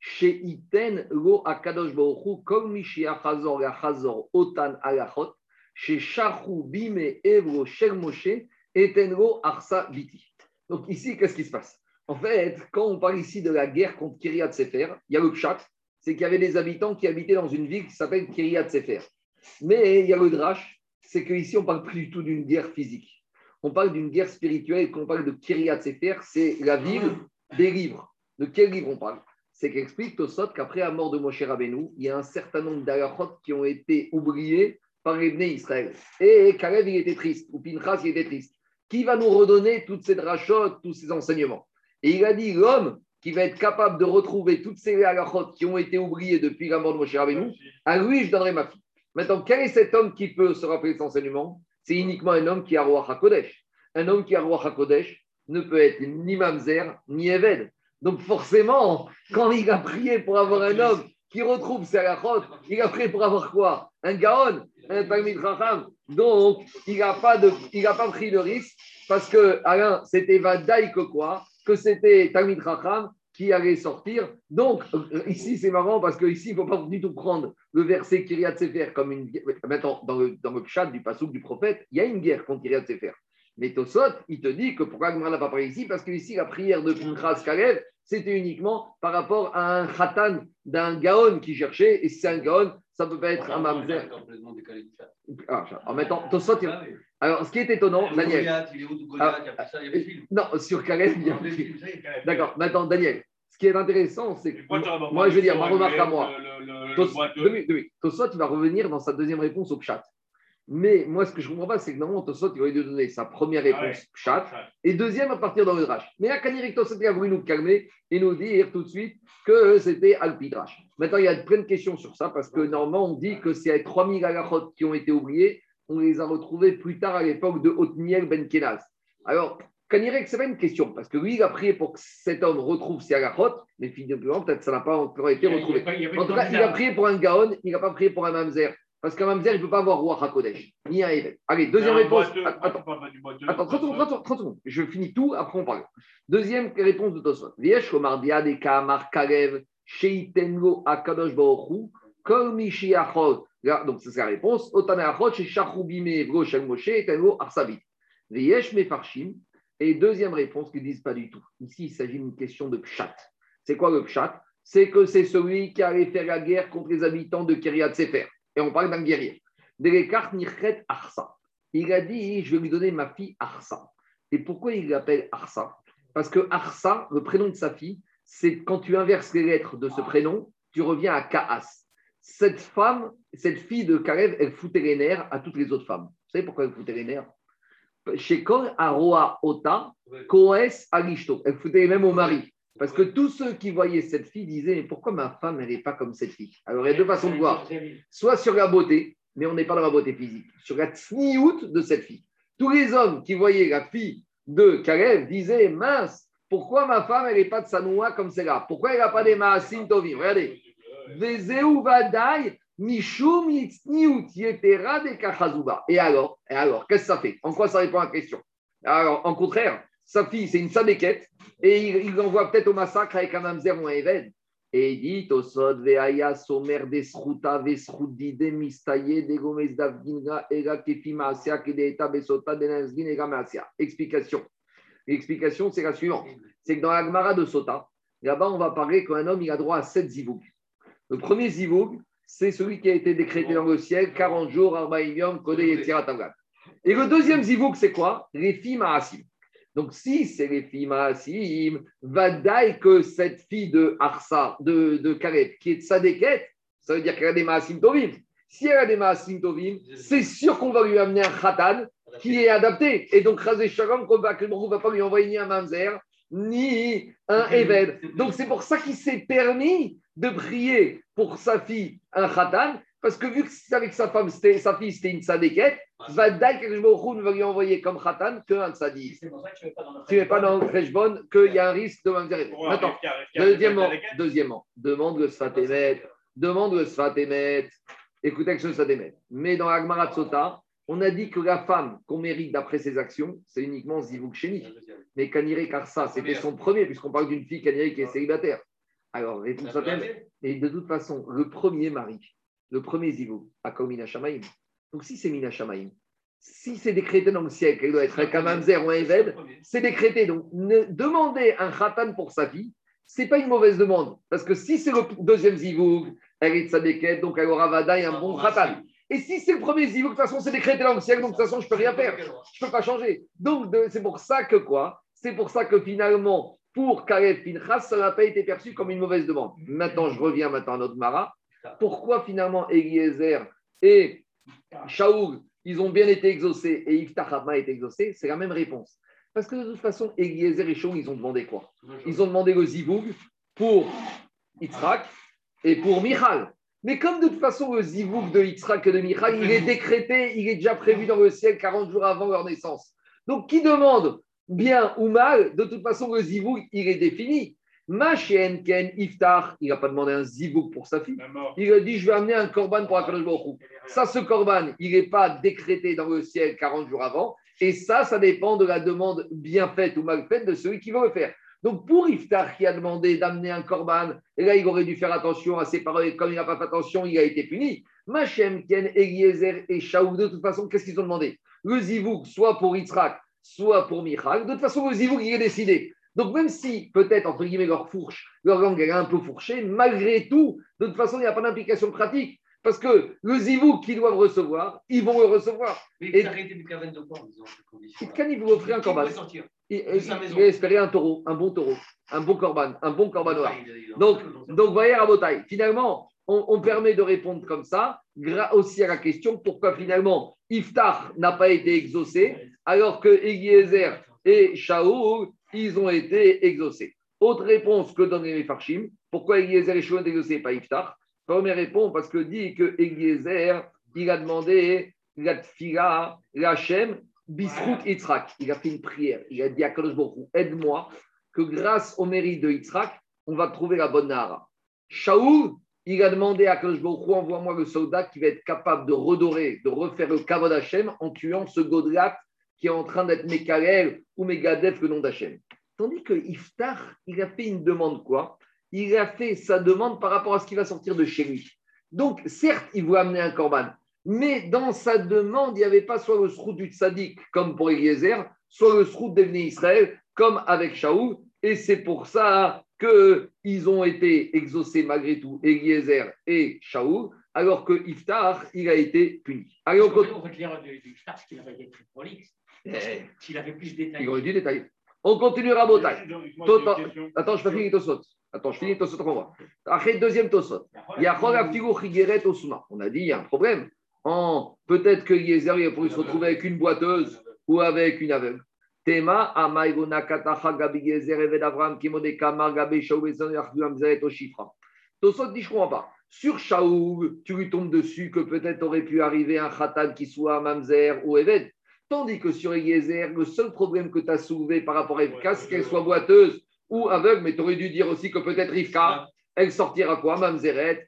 Sheiten Lo Akadosh Baruchu, Kol Mishi Achazor Achazor Otan Alachot, She Shachu Bime Evro Shel Moshe, Etenro Arsa Biti. Donc ici, qu'est-ce qui se passe? En fait, quand on parle ici de la guerre contre Kiryat Sefer, il y a le pshat, c'est qu'il y avait des habitants qui habitaient dans une ville qui s'appelle Kiryat Sefer. Mais il y a le drash, c'est qu'ici, on ne parle plus du tout d'une guerre physique. On parle d'une guerre spirituelle. Quand on parle de Kiryat Sefer, c'est la ville des livres. De quel livre on parle? C'est qu'explique Tosot qu'après la mort de Moshe Rabbeinu, il y a un certain nombre d'alachot qui ont été oubliés par les Bnei Israël. Et Kalev, il était triste, ou Pinchas, il était triste. Qui va nous redonner toutes ces drachot, tous ces enseignements? Et il a dit, l'homme qui va être capable de retrouver toutes ces halachot qui ont été oubliées depuis la mort de Moshe Rabbeinu, à lui, je donnerai ma fille. Maintenant, quel est cet homme qui peut se rappeler de cet enseignement? C'est uniquement un homme qui a Ruach HaKodesh. Un homme qui a Ruach HaKodesh ne peut être ni Mamzer, ni Eved. Donc forcément, quand il a prié pour avoir un homme qui retrouve ses halachot, il a prié pour avoir quoi? Un Gaon, un Talmid Chacham. Donc, il n'a pas, pas pris le risque parce que, Alain, c'était Vadaï que quoi? Que c'était Talmid Chacham qui allait sortir. Donc, ici, c'est marrant parce qu'ici, il ne faut pas du tout prendre le verset Kiryat Sefer comme une guerre. Maintenant, dans le, dans le pshat du pasouk du prophète, il y a une guerre contre Kiryat Sefer. Mais Tosot, il te dit que pourquoi Agmara n'a pas parlé ici? Parce que ici, la prière de Pinchas Kalev, c'était uniquement par rapport à un khatan d'un Gaon qui cherchait. Et si c'est un Gaon, ça ne peut pas être un Mamzer. Ah, en mettant Tosot. Il... Alors, ce qui est étonnant, Daniel. Ah, non, sur Kalev, il y a. D'accord, maintenant, Daniel. Ce qui est intéressant, c'est que. Moi, je veux dire, ma remarque à moi. Tosot, il va revenir dans sa deuxième réponse au Pshat. Mais moi, ce que je ne comprends pas, c'est que normalement, Tosot, il aurait dû donner sa première réponse, ah ouais. Pshat, et deuxième à partir dans le Drash. Mais là, Kanirik Tosot a voulu nous calmer et nous dire tout de suite que c'était Alpidrash. Maintenant, il y a plein de questions sur ça, parce que normalement, on dit que c'est les trois mille halachot qui ont été oubliés, on les a retrouvés plus tard à l'époque de Otniel Ben Kenaz. Alors, Kanirek, ce n'est pas une question, parce que lui, il a prié pour que cet homme retrouve ses halachot, mais finalement, peut-être que ça n'a pas encore été retrouvé. En tout cas, il a prié pour un Gaon, il n'a pas prié pour un Mamzer. Parce qu'un Mamzer, il ne peut pas avoir Ruach HaKodesh, ni un évêque. Allez, deuxième réponse. Attends, attends, trente secondes, trente secondes. Je finis tout, après on parle. Deuxième réponse de Tosfot. Viesh Omar Dia de Kamar Kalev, Sheitenlo Akadosh Baruchu, Kol Mishi Achot. Donc, c'est la réponse. Otane Achot, chez Shachoubime, Vro Shel Moshe, et Tengo Arsavit. Veyesh Mefarshim. Et deuxième réponse qu'ils ne disent pas du tout. Ici, il s'agit d'une question de Pshat. C'est quoi le Pshat? C'est que c'est celui qui allait faire la guerre contre les habitants de Kiryat Sefer. Et on parle d'un guerrier. Delekar Nichet Arsa. Il a dit, je vais lui donner ma fille Arsa. Et pourquoi il l'appelle Arsa? Parce que Arsa, le prénom de sa fille, c'est quand tu inverses les lettres de ce prénom, tu reviens à Kaas. Cette femme, cette fille de Kalev, elle foutait les nerfs à toutes les autres femmes. Vous savez pourquoi elle foutait les nerfs? Chez Kol Aroa Ota, Koes Alishto. Elle foutait les mêmes au mari. Parce que tous ceux qui voyaient cette fille disaient, mais pourquoi ma femme, elle n'est pas comme cette fille? Alors, il y a deux façons de voir. Soit sur la beauté, mais on n'est pas dans la beauté physique, sur la tsniout de cette fille. Tous les hommes qui voyaient la fille de Kalev disaient, mince, pourquoi ma femme, elle n'est pas de Sanoua comme celle-là? Pourquoi elle n'a pas des Maasim Tovim? Regardez. Vezeu vadai, mishum tsniout yetera de kachazuba. Et alors, et alors, qu'est-ce que ça fait? En quoi ça répond à la question? Alors, en contraire, sa fille, c'est une sadéquette, et il, il l'envoie peut-être au massacre avec un mamzer ou un éved. Et il dit, Tosod, Veaya, Somer, Desruta, Vesrudi, Demistaye, Degomez, Davginga, Ega, Kefi, Maasia, Kedeta, Besota, Denazgin, Ega, Maasia. Explication. L'explication, c'est la suivante. C'est que dans la Gemara de Sota, là-bas, on va parler qu'un homme, il a droit à sept zivoug. Le premier zivoug, c'est celui qui a été décrété dans le ciel, quarante jours, Arbaïm Yom, Kodé, Yetzira, Tavgan. Et le deuxième zivoug, c'est quoi? Les filles Maasim. Donc, si c'est les filles Maasim, vadaï que cette fille de Arsa, de, de Kaleb, qui est de Sadeket, ça veut dire qu'elle a des Maasim Tovim. Si elle a des Maasim Tovim, c'est sûr qu'on va lui amener un Khatan qui est adapté. Et donc, Razé Shalom, qu'on va, que ne va pas lui envoyer ni un Mamzer, ni un Eved. Donc, c'est pour ça qu'il s'est permis de prier pour sa fille un Khatan, parce que vu que avec sa femme, c'était, sa fille, c'était une Sadeket, Vadaï que ne va lui envoyer comme Khatan qu'un Tzadi. C'est pour ça que tu ne mets pas dans le Kreshbon qu'il y a un risque de Mamzer. Maintenant, deuxièmement, deuxièmement, demande le Sfatémet, demande le Sfatémet, écoutez avec le Sfatémet. Mais dans la Gemara Sota, on a dit que la femme qu'on mérite d'après ses actions, c'est uniquement Zivouk Sheni. Mais Kanire Karsa, c'était son premier, puisqu'on parle d'une fille Kanire qui est célibataire. Alors, réponse Sfatémet. Et de toute façon, le premier mari, le premier Zivouk, a comme Mina Shamaïm. Donc, si c'est Mina Shamaïm, si c'est décrété dans le ciel qu'elle doit être un Kamamzer ou un Eved, c'est décrété. Donc, ne, demander un Khatan pour sa fille, ce n'est pas une mauvaise demande. Parce que si c'est le deuxième Zivoug, elle est de sa déquête, donc elle aura Vada et un bon Khatan. Et si c'est le premier Zivoug, de toute façon, c'est décrété dans le ciel, donc de toute façon, je ne peux rien faire. Je ne peux pas changer. Donc, de, c'est pour ça que quoi? C'est pour ça que finalement, pour Kaleb Pinchas, ça n'a pas été perçu comme une mauvaise demande. Maintenant, je reviens maintenant à notre Mara. Pourquoi finalement Eliezer et Shaoul, ils ont bien été exaucés et Yiftach a été exaucé? C'est la même réponse. Parce que de toute façon, Eliezer et Shaoul, ils ont demandé quoi? Ils ont demandé le Zivoug pour Yitzhak et pour Michal. Mais comme de toute façon, le Zivoug de Yitzhak et de Michal, il est décrété, il est déjà prévu dans le ciel quarante jours avant leur naissance. Donc, qui demande bien ou mal, de toute façon, le Zivoug, il est défini. Machen Ken Iftar, il n'a pas demandé un zivouk pour sa fille. Il a dit, je vais amener un korban pour Akadosh Baruch Hu. Ça, ce korban, il n'est pas décrété dans le ciel quarante jours avant. Et ça, ça dépend de la demande bien faite ou mal faite de celui qui veut le faire. Donc, pour Iftar qui a demandé d'amener un korban, et là, il aurait dû faire attention à ses paroles. Comme il n'a pas fait attention, il a été puni. Machem Ken, Eliezer et Shaoul, de toute façon, qu'est-ce qu'ils ont demandé? Le zivouk, soit pour Yitzhak, soit pour Michal. De toute façon, le zivouk, il est décidé. Donc, même si, peut-être, entre guillemets, leur fourche, leur langue est un peu fourchée, malgré tout, de toute façon, il n'y a pas d'implication pratique. Parce que le zivouk qu'ils doivent recevoir, ils vont le recevoir. Mais et arrêtez de Kaven de quoi en disant cette condition? Itkan, il vous offrir un korban. Il, il, il a espéré un taureau, un bon taureau, un bon korban, un bon korban noir. Donc, donc, voyez, Rabotai, finalement, on, on permet de répondre comme ça, aussi à la question pourquoi finalement Iftar n'a pas été exaucé, alors que Eliezer et Shaoul, ils ont été exaucés. Autre réponse que donne les Mefarshim. Pourquoi Eliezer et Shaoul ont été exaucés et pas Iftar? Première réponse, parce que dit que Eliezer, il a demandé la tfila, l'Hachem, Bisrout Yitzhak. Il a fait une prière. Il a dit à Kadosh Baruch Hu, aide-moi, que grâce au mérite de Yitzhak, on va trouver la bonne Nahara. Shaoul, il a demandé à Kadosh Baruch Hu, envoie-moi le soldat qui va être capable de redorer, de refaire le Kavod Hachem en tuant ce Godlat qui est en train d'être Mekalel ou Megadef, le nom d'Hachem. Tandis que Iftar, il a fait une demande quoi? Il a fait sa demande par rapport à ce qui va sortir de chez lui. Donc, certes, il voulait amener un corban, mais dans sa demande, il n'y avait pas soit le srout du tzaddik, comme pour Eliezer, soit le srout d'Evné Israël, comme avec Shaoul. Et c'est pour ça qu'ils ont été exaucés malgré tout, Eliezer et Shaoul, alors que Iftar, il a été puni. Allez, on continue. On va te lire du Iftar, parce qu'il avait été très prolixe. S'il avait plus de détails. Il aurait dû détailler. On continuera Botaï. Attends, je peux finir Tosot. Attends, je finis Tosot, on va. Après, deuxième Tosot. Il y a On a dit, il y a un problème. En, peut-être que Yezer, il a pu se retrouver avec une boiteuse ou avec une aveugle. Tema, Amaïgona, Katacha, Gabi Yezer, Eved Avram, Kimode Kamar, Gabi Shaou, Yardu, Zeret, Oshifra. Tosot dit, je ne comprends pas. Sur Shaou, tu lui tombes dessus que peut-être aurait pu arriver un Khatan qui soit Mamzer ou Eved. Tandis que sur Eliezer, le seul problème que tu as soulevé par rapport à Rivka, c'est qu'elle soit boiteuse ou aveugle, mais tu aurais dû dire aussi que peut-être Rivka, elle sortira quoi, Mamzeret,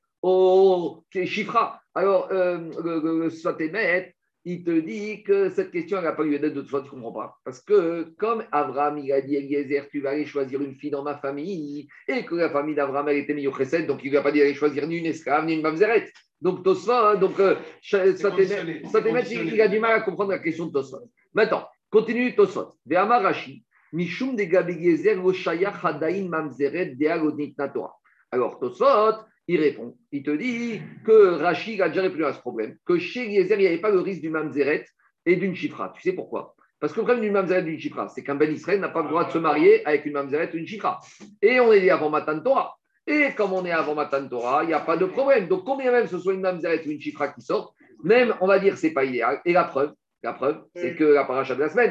au Chifra. Alors, euh, le, le Svatémet, il te dit que cette question, elle n'a pas eu d'être de toi, tu ne comprends pas. Parce que comme Abraham, il a dit Eliezer, tu vas aller choisir une fille dans ma famille, et que la famille d'Abraham, elle était meilleure chesed, donc il ne lui a pas dit d'aller choisir ni une esclave, ni une Mamzeret. Donc, Tosfa, hein, donc, euh, Satémet, il, il a du mal à comprendre la question de Tosfa. Maintenant, continue Tosfa. Ve'amar Rashi, Mishum de Gabigyezer, Loshayach Hadain Mamzeret, Deagodnit Natora. Alors, Tosfa, il répond, il te dit que Rashi a déjà répondu à ce problème, que chez Eliezer, il n'y avait pas le risque du Mamzeret et d'une Chifra. Tu sais pourquoi? Parce que le problème d'une Mamzeret et d'une Chifra, c'est qu'un Ben Israël n'a pas le droit de se marier avec une Mamzeret ou une Chifra. Et on est avant Matan Torah. Et comme on est avant Matan Torah, il n'y a pas de problème. Donc, combien même ce soit une Mamzeret ou une Chifra qui sort, même, on va dire, ce n'est pas idéal. Et la preuve, la preuve, c'est que la paracha de la semaine,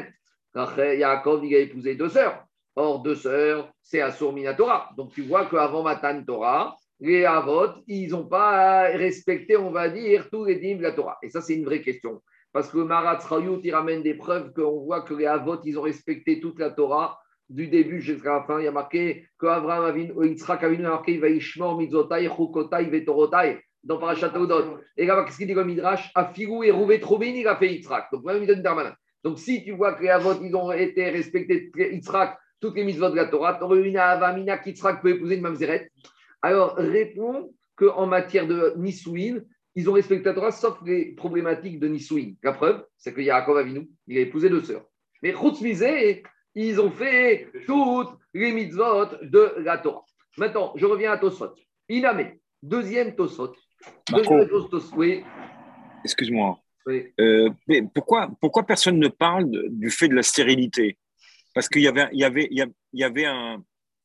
Yaakov, il a épousé deux sœurs. Or, deux sœurs, c'est Asur Minatora. Donc, tu vois qu'avant Matan Torah, les Avot, ils n'ont pas respecté, on va dire, tous les dîmes de la Torah. Et ça, c'est une vraie question. Parce que Marat Rayout, il ramène des preuves qu'on voit que les Avot, ils ont respecté toute la Torah. Du début jusqu'à la fin, il y a marqué qu'Abraham Avinu, Yitzhak Avinu a marqué Vaishmor Mitzvotai, Chukotai, Vetorotai, dans Parashat Todot. Et là, qu'est-ce qu'il dit comme Midrash? Afigou et Rouvé Troubin, il a fait Yitzhak. Donc, même il donne Darmanin. Donc, si tu vois que les Avot, ils ont été respectés, Yitzhak, toutes les mitzvot de la Torah, Torah, Avamina, Yitzhak peut épouser une Mamzeret. Alors, réponds qu'en matière de Nisouin, ils ont respecté la Torah, sauf les problématiques de Nisouin. La preuve, c'est que Yaakov Avinu, il a épousé deux sœurs. Mais Chutz Mizeh, ils ont fait toutes les mitzvot de la Torah. Maintenant, je reviens à Tosfot. Iname, deuxième Tosfot. Deuxième Tosfot, oui. Excuse-moi. Oui. Euh, mais pourquoi, pourquoi personne ne parle de, du fait de la stérilité? Parce qu'il y avait, il y avait, il y avait un...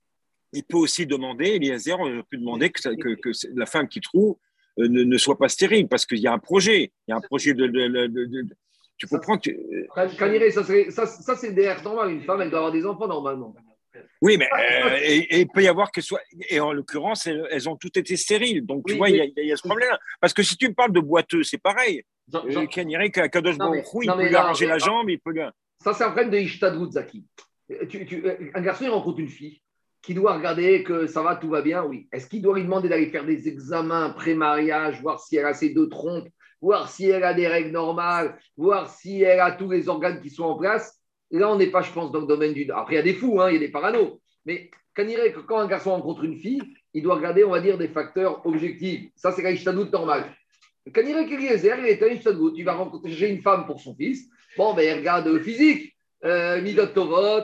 Il peut aussi demander, Eliezer peut demander que, que, que la femme qui trouve euh, ne, ne soit pas stérile, parce qu'il y a un projet. Il y a un projet de... de, de, de, de tu comprends que... Kaniré, ça, ça, ça c'est derrière normal. Une femme, elle doit avoir des enfants normalement. Oui, mais euh, et, et il peut y avoir que soit. Et en l'occurrence, elles, elles ont toutes été stériles. Donc, tu oui, vois, il mais... y, y a ce problème-là. Parce que si tu me parles de boiteux, c'est pareil. Kaniré, Kadosh Baruch Hu, il peut lui arranger la jambe, il peut. Ça, c'est un problème de Ishtadrut Zaki. Tu, tu, un garçon, il rencontre une fille qui doit regarder que ça va, tout va bien, oui. Est-ce qu'il doit lui demander d'aller faire des examens pré-mariage, voir si elle a ses deux trompes, voir si elle a des règles normales, voir si elle a tous les organes qui sont en place? Là, on n'est pas, je pense, dans le domaine du... Après, il y a des fous, hein, il y a des paranos. Mais quand un garçon rencontre une fille, il doit regarder, on va dire, des facteurs objectifs. Ça, c'est la Ishtadrut normale. Quand il Eliezer, il est un Ishtadrut. Il va rencontrer une femme pour son fils. Bon, ben, il regarde le physique. Euh, Midot Tovot,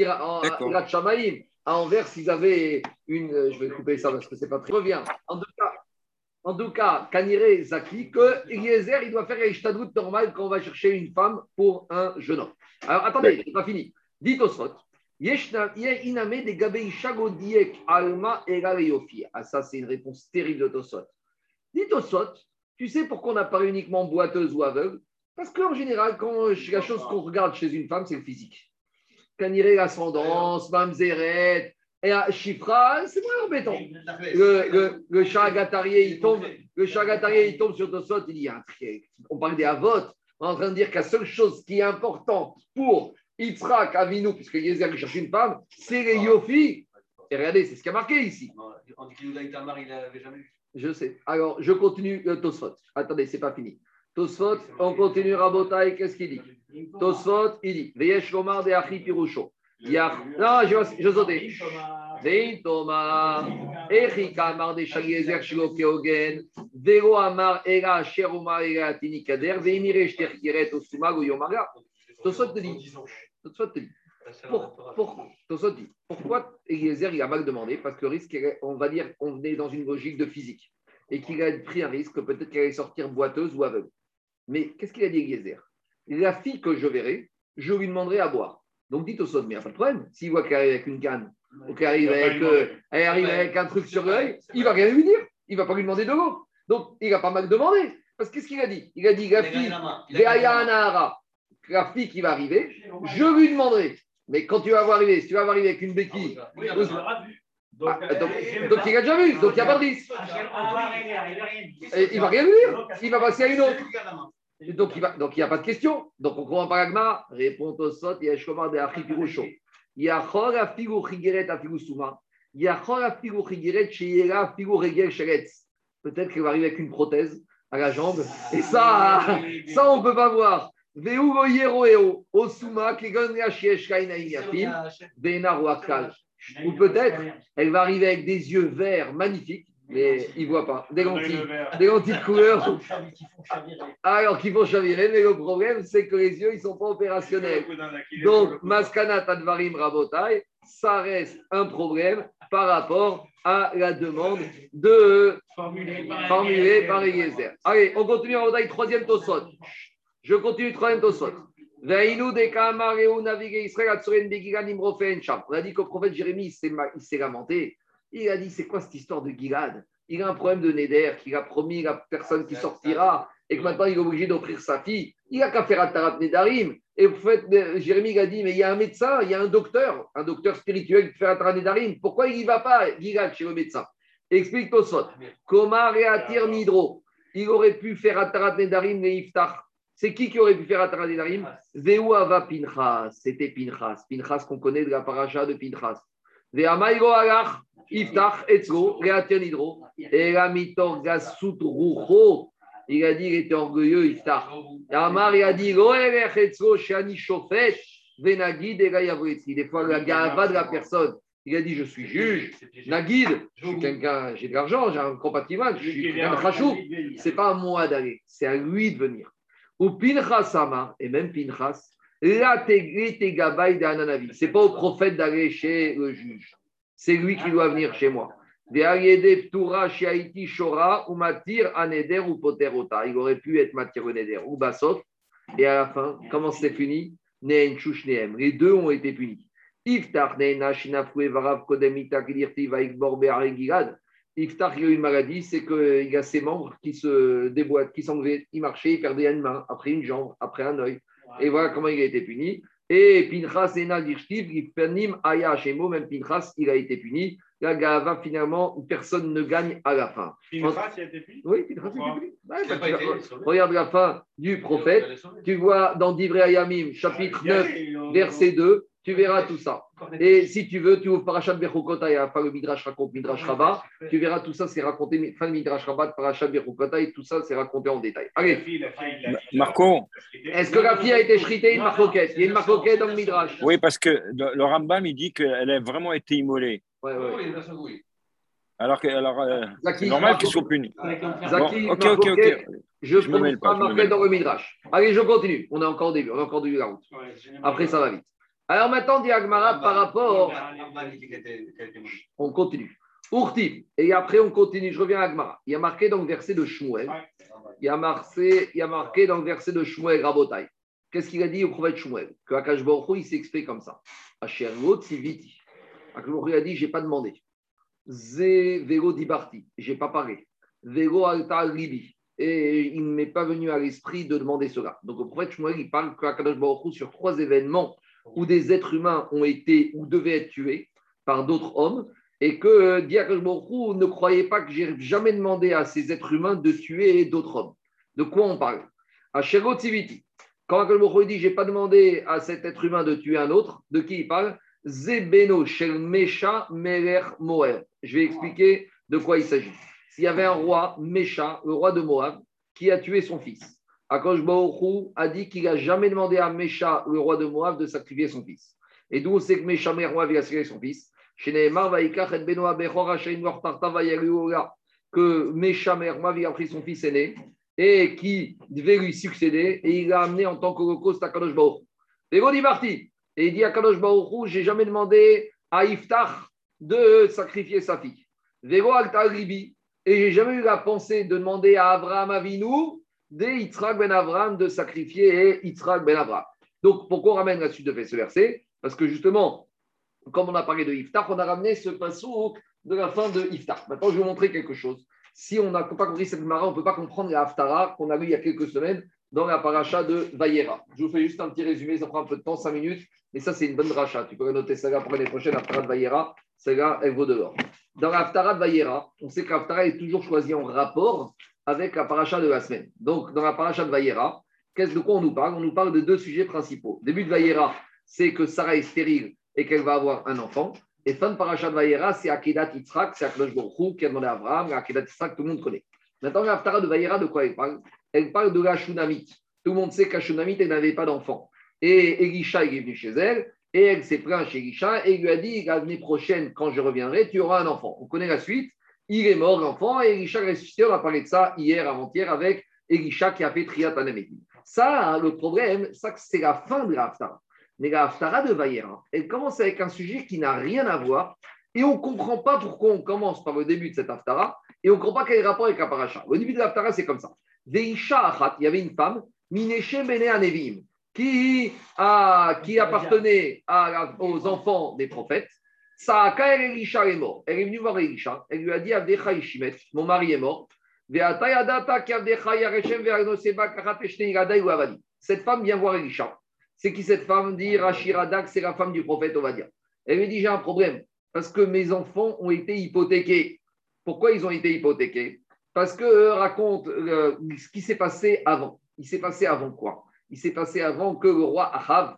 Irat Shamaim. À Anvers, ils avaient une. Je vais couper ça parce que c'est pas très. Je reviens. En tout cas, en tout cas, Kaniré Zaki, que Eliezer, il doit faire la Ishtadrut normale quand on va chercher une femme pour un jeune homme. Alors, attendez, c'est pas fini. Dites au Sot. Iname de Gabei Shagodiek Alma Erayofi. Ah, ça, c'est une réponse terrible de Tosot. Dites au Sot, tu sais pourquoi on n'a pas uniquement boiteuse ou aveugle? Parce qu'en général, quand la chose qu'on regarde chez une femme, c'est le physique. Kaniré, l'ascendance, Mamzeret, et Chifra, c'est moins embêtant. Le, le, le Charagatarié, il tombe, le Charagatarié, il tombe sur Tosot, il dit, on parle des Avot, on est en train de dire que la seule chose qui est importante pour Yitzhak Avinu, puisque Yezer cherche une femme, c'est les Yofi. Et regardez, c'est ce qui a marqué ici. On dit qu'il Tamar, il n'avait jamais vu. Je sais. Alors, je continue le Tosfot. Attendez, c'est pas fini. Tosfot, on continue Rabotai, qu'est-ce qu'il dit? Tosfot, il dit Veyesh Lomar de Achi Pirusho. Il y a. Non, je vais sauter. Vein Thomas. Erika Mardesha Eliezer Shilo Keogen. Vero Amar Ela Sheruma Ela Tinikader. Veimire Shterkiret Osuma Goyomaga. Tosot te dit. Tosot te dit. Pour, pour, dit, pourquoi Eliezer il a mal demandé? Parce que risque, on va dire qu'on est dans une logique de physique et qu'il a pris un risque, peut-être qu'elle allait sortir boiteuse ou aveugle. Mais qu'est-ce qu'il a dit Eliezer? La fille que je verrai, je lui demanderai à boire. Donc dites au Sod, mais il n'y a pas de problème. S'il voit qu'elle arrive avec une canne ou qu'elle arrive, avec, euh, elle arrive avec un truc sur l'œil, il ne va rien lui dire. Il ne va pas lui demander de l'eau. Donc il a pas mal demandé. Parce que qu'est-ce qu'il a dit? Il a dit la fille, la fille qui va arriver, je lui demanderai. Mais quand tu vas voir arriver, si tu vas voir arriver avec une béquille, oui, donc, donc, ah, donc, donc il a déjà vu, donc il n'y a pas de risque. Et il ne va rien lui dire, il va passer à une autre. Donc il va, donc il n'y a pas de question. Donc on comprend pas l'agma. Répond au sot, il y a Shkomar de Achipiroucho. Il y a Chor a figu chigeret a figu souma. Il y a Chor a figu chigeret sheyera figu regel sheretz. Peut-être qu'il va arriver avec une prothèse à la jambe. Et ça, ça on ne peut pas voir. Ou peut-être, elle va arriver avec des yeux verts magnifiques, mais il ne voit pas. Des lentilles, des lentilles de couleur. Alors qu'ils vont chavirer, mais le problème, c'est que les yeux, ils ne sont pas opérationnels. Donc, Maskana Tadvarim Rabotai, ça reste un problème par rapport à la demande de formulée par Eliezer. Allez, on continue en Rabotai, troisième Tosot. Je continue, troisième Tosot. On a dit qu'au prophète Jérémie, il s'est lamenté. Il a dit, c'est quoi cette histoire de Gilad? Il a un problème de Néder, qu'il a promis la personne qui sortira, et que maintenant il est obligé d'offrir sa fille. Il n'a qu'à faire Atarat Nedarim. Et vous faites, Jérémie a dit, mais il y a un médecin, il y a un docteur, un docteur spirituel qui fait Atarat Nedarim. Pourquoi il n'y va pas, Gilad, chez le médecin? Explique Tosot. Comment réattir Nidro? Il aurait pu faire Atarat Nedarim les Iftar. C'est qui qui aurait pu faire Atarat Nedarim? Ve'uava Pinchas. C'était Pinchas. Pinchas qu'on connaît de la paracha de Pinchas. Ve'amaygo alach, Iftach etzro, réattir Nidro. Et la mitor gasut rucho. Il a dit, il était orgueilleux, Iftach. Amar, il a dit, Lo elech etzro, shani shofet, venagid et gayavretzi. Des fois, la gava de la personne. Il a dit, je suis juge, Nagid, je suis quelqu'un, j'ai de l'argent, j'ai un compatiment, je suis quelqu'un de Khachou. Ce n'est pas à moi d'aller, c'est à lui de venir. Ou Pinchas Amar, et même Pinchas, la Tegabay de Ananavi. Ce n'est pas au prophète d'aller chez le juge, c'est lui qui doit venir chez moi. Il aurait pu être Matir Neder ou Basot, et à la fin, comment c'est fini? Les deux ont été punis. Iftar, il a une maladie, c'est qu'il a ses membres qui se déboîtent, qui s'enlevaient. Il marchait, il perdait une main, après une jambe, après un œil. Et voilà comment il a été puni. Et Pinchas, même Pinchas, il a été puni. La Gava, finalement, personne ne gagne à la fin. Pinchas, il a été puni? Oui, Pinchas, il a été puni. Ouais, bah, tu, regarde la fin du prophète. Tu vois dans Divrei Hayamim, chapitre neuf, verset deux. Tu verras tout ça. Et si tu veux, tu ouvres Parashat Bechukotai, pas le Midrash raconte Midrash Rabbah. Tu verras tout ça, c'est raconté, fin de Midrash Rabbah, Parashat Bechukotai, tout ça, c'est raconté en détail. Allez. Marco. Est-ce que la fille a été shritée? Une marcoquette. Il y a une marcoquette dans le Midrash. Oui, parce que le Rambam, il dit qu'elle a vraiment été immolée. Oui, oui. Alors que alors, euh, c'est normal qu'ils soient punis. Zaki, bon, ok, ok, ok. Je ne me pas marquer dans le Midrash. Allez, je continue. On est encore au début, on a encore du la route. Après, ça va vite. Alors maintenant, dit Agmara par rapport. On continue. Urti. Et après, on continue. Je reviens à Agmara. Il y a marqué dans le verset de Shmuel. Il y a marqué, il y a marqué dans le verset de Shmuel, Rabotai. Qu'est-ce qu'il a dit au prophète Shmuel? Que Akash Baruch Hu, il s'exprime comme ça. Asherot Siviti. Akash Baruch Hu, il a dit, je n'ai pas demandé. Ze Vego Dibarti. Je n'ai pas parlé. Vego Alta Libi. Et il ne m'est pas venu à l'esprit de demander cela. Donc le prophète Shmuel, il parle que Akash Baruch Hu, sur trois événements où des êtres humains ont été ou devaient être tués par d'autres hommes, et que euh, Akash Baruch Hu ne croyait pas que j'ai jamais demandé à ces êtres humains de tuer d'autres hommes. De quoi on parle? À Shero Tiviti. Quand Akash Baruch Hu dit j'ai pas demandé à cet être humain de tuer un autre, de qui il parle? Zebeno Shel Mesha Meler Moer. Je vais expliquer de quoi il s'agit. S'il y avait un roi, Mesha, le roi de Moab, qui a tué son fils. Akash Baruch Hu a dit qu'il n'a jamais demandé à Mesha, le roi de Moab, de sacrifier son fils. Et d'où on sait que Meshamer, moi, il a succédé son fils. Chez Nehemar, Vaikach et Benoît Bechor, Hachaim Wartarta, Vayaluola, que Meshamer, moi, il a pris son fils aîné et qui devait lui succéder et il l'a amené en tant qu'holocauste à Kadosh Baruch. Et bon, il est parti. Et il dit à Kadosh Baruch, j'ai jamais demandé à Iftach de sacrifier sa fille. Vego Alta Ribi. Et j'ai jamais eu la pensée de demander à Abraham Avinu de Yitzhak ben Abraham de sacrifier Yitzhak ben Abraham. Donc, pourquoi on ramène la suite de ce verset? Parce que justement, comme on a parlé de Iftach, on a ramené ce passouk de la fin de Iftach. Maintenant, je vais vous montrer quelque chose. Si on n'a pas compris cette Gemara, on ne peut pas comprendre la Haftara qu'on a lu il y a quelques semaines dans la paracha de Vayera. Je vous fais juste un petit résumé, ça prend un peu de temps, cinq minutes, mais ça, c'est une bonne dracha. Tu peux noter ça là pour l'année prochaine, Haftara de Vayera. Celle-là, elle vaut de l'or. Dans la Haftara de Vayera, on sait que la Haftara est toujours choisie en rapport avec la paracha de la semaine. Donc, dans la paracha de Vayera, qu'est-ce de quoi on nous parle? On nous parle de deux sujets principaux. Début de Vayera, c'est que Sarah est stérile et qu'elle va avoir un enfant. Et fin de paracha de Vayera, c'est Akedat Yitzhak, c'est Akadosh Baruch Hu qui a demandé à Abraham, Akedat Yitzhak, tout le monde connaît. Maintenant, la Haftara de Vayera, de quoi elle parle? Elle parle de la Shunamite. Tout le monde sait qu'à Shunamite, elle n'avait pas d'enfant. Et Elisha, il est venu chez elle, et elle s'est plainte chez Elisha, et il lui a dit, l'année prochaine, quand je reviendrai, tu auras un enfant. On connaît la suite. Il est mort, l'enfant, et Elisha est ressuscité. On a parlé de ça hier, avant-hier, avec Elisha qui a fait Triat Anemetim. Ça, le problème, ça, c'est la fin de la Haftara. Mais la Haftara de Vayera, elle commence avec un sujet qui n'a rien à voir, et on ne comprend pas pourquoi on commence par le début de cette Haftara, et on ne comprend pas quel est le rapport avec la paracha. Au début de la Haftara, c'est comme ça. Veisha Achat, il y avait une femme, Mineshe Bene Anevim, qui, a, qui appartenait à, aux enfants des prophètes. Saaka el Elisha est mort. Elle est venue voir Elisha. Elle lui a dit Avdecha Ishimet, mon mari est mort. Cette femme vient voir Elisha. C'est qui cette femme? Dit Rachiradak, c'est la femme du prophète Ovadia. Elle lui dit j'ai un problème parce que mes enfants ont été hypothéqués. Pourquoi ils ont été hypothéqués? Parce que euh, raconte euh, ce qui s'est passé avant. Il s'est passé avant quoi? Il s'est passé avant que le roi Ahav,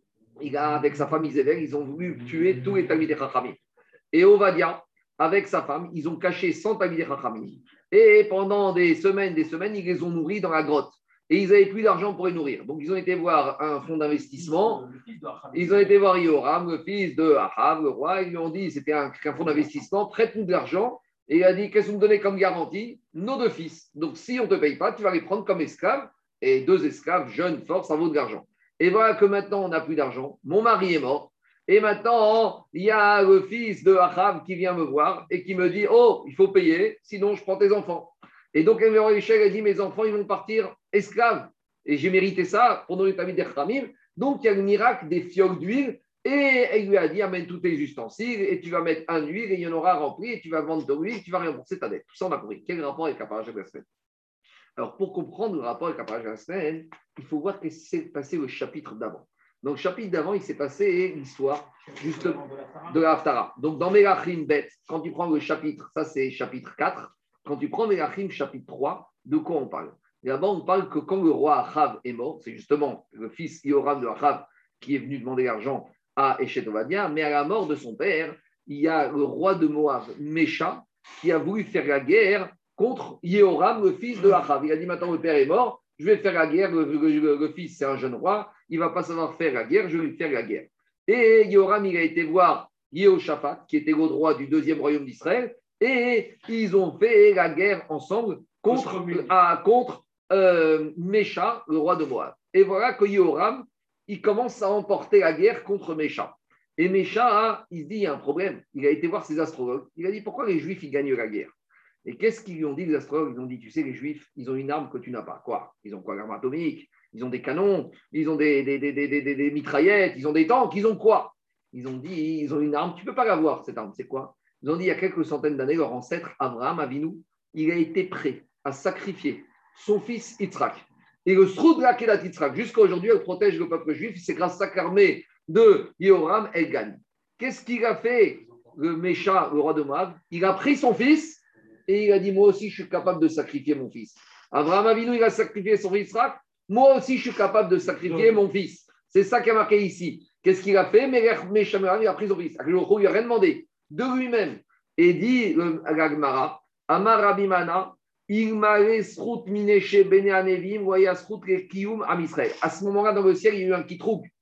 il a, avec sa femme Isabelle, ils ont voulu tuer tous les Talmidei Chachamim. Et Ovadia, avec sa femme, ils ont caché cent Talmidei Chachamim. Et pendant des semaines, des semaines, ils les ont nourris dans la grotte. Et ils n'avaient plus d'argent pour les nourrir. Donc, ils ont été voir un fonds d'investissement. Ils ont été voir Yoram, le fils de Ahav, le roi. Ils lui ont dit, c'était un, un fonds d'investissement, prête-nous de l'argent. Et il a dit, qu'est-ce que vous me donnez comme garantie? Nos deux fils. Donc, si on ne te paye pas, tu vas les prendre comme esclaves. Et deux esclaves, jeunes, forts, ça vaut de l'argent. Et voilà que maintenant, on n'a plus d'argent. Mon mari est mort. Et maintenant, il y a le fils de Ahav qui vient me voir et qui me dit, oh, il faut payer, sinon je prends tes enfants. Et donc, elle a dit, mes enfants, ils vont partir esclaves. Et j'ai mérité ça pour donner ta vie des Khamim. Donc, il y a le miracle des fioles d'huile. Et elle lui a dit, amène tous tes ustensiles et tu vas mettre un huile et il y en aura rempli et tu vas vendre ton huile et tu vas rembourser ta dette. Tout ça, on a compris. Quel rapport avec la paracha de la semaine? Alors, pour comprendre le rapport avec la paracha de la semaine, il faut voir que s'est passé le chapitre d'avant. Donc, le chapitre d'avant, il s'est passé l'histoire justement de la Haftara. Donc, dans Melachim Bet, quand tu prends le chapitre, ça c'est chapitre quatre. Quand tu prends Melachim chapitre trois, de quoi on parle? D'abord, on parle que quand le roi Ahav est mort, c'est justement le fils Yoram de Ahav qui est venu demander l'argent à Eshet Ovadia, mais à la mort de son père, il y a le roi de Moab, Mesha, qui a voulu faire la guerre contre Yehoram, le fils de Ahav. Il a dit maintenant le père est mort, je vais faire la guerre, le, le, le, le fils c'est un jeune roi, il ne va pas savoir faire la guerre, je vais lui faire la guerre. Et Yehoram, il a été voir Yehoshaphat, qui était le roi du deuxième royaume d'Israël, et ils ont fait la guerre ensemble contre, à, contre euh, Mesha, le roi de Moab. Et voilà que Yehoram, il commence à emporter la guerre contre Mesha. Et Mesha, il se dit, il y a un problème. Il a été voir ses astrologues. Il a dit, pourquoi les Juifs, ils gagnent la guerre? Et qu'est-ce qu'ils lui ont dit, les astrologues? Ils ont dit, tu sais, les Juifs, ils ont une arme que tu n'as pas. Quoi? Ils ont quoi? L'arme atomique, ils ont des canons, ils ont des, des, des, des, des, des, des mitraillettes, ils ont des tanks, ils ont quoi? Ils ont dit, ils ont une arme, tu ne peux pas l'avoir, cette arme. C'est quoi? Ils ont dit, il y a quelques centaines d'années, leur ancêtre, Abraham Avinu, il a été prêt à sacrifier son fils Yitzhak. Et le Sroud de la Kedat Yitzhak, jusqu'à aujourd'hui, elle protège le peuple juif. C'est grâce à l'armée de Yehoram, elle gagne. Qu'est-ce qu'il a fait, le Mesha, le roi de Moab? Il a pris son fils et il a dit, moi aussi, je suis capable de sacrifier mon fils. Abraham Avinu, il a sacrifié son fils Yitzhak. Moi aussi, je suis capable de sacrifier mon fils. C'est ça qui a marqué ici. Qu'est-ce qu'il a fait? Mesha, il a pris son fils. Il n'a rien demandé de lui-même. Et dit la Gemara, Amar Rabbi Mana, à ce moment-là, dans le ciel, il y a eu un kitroug.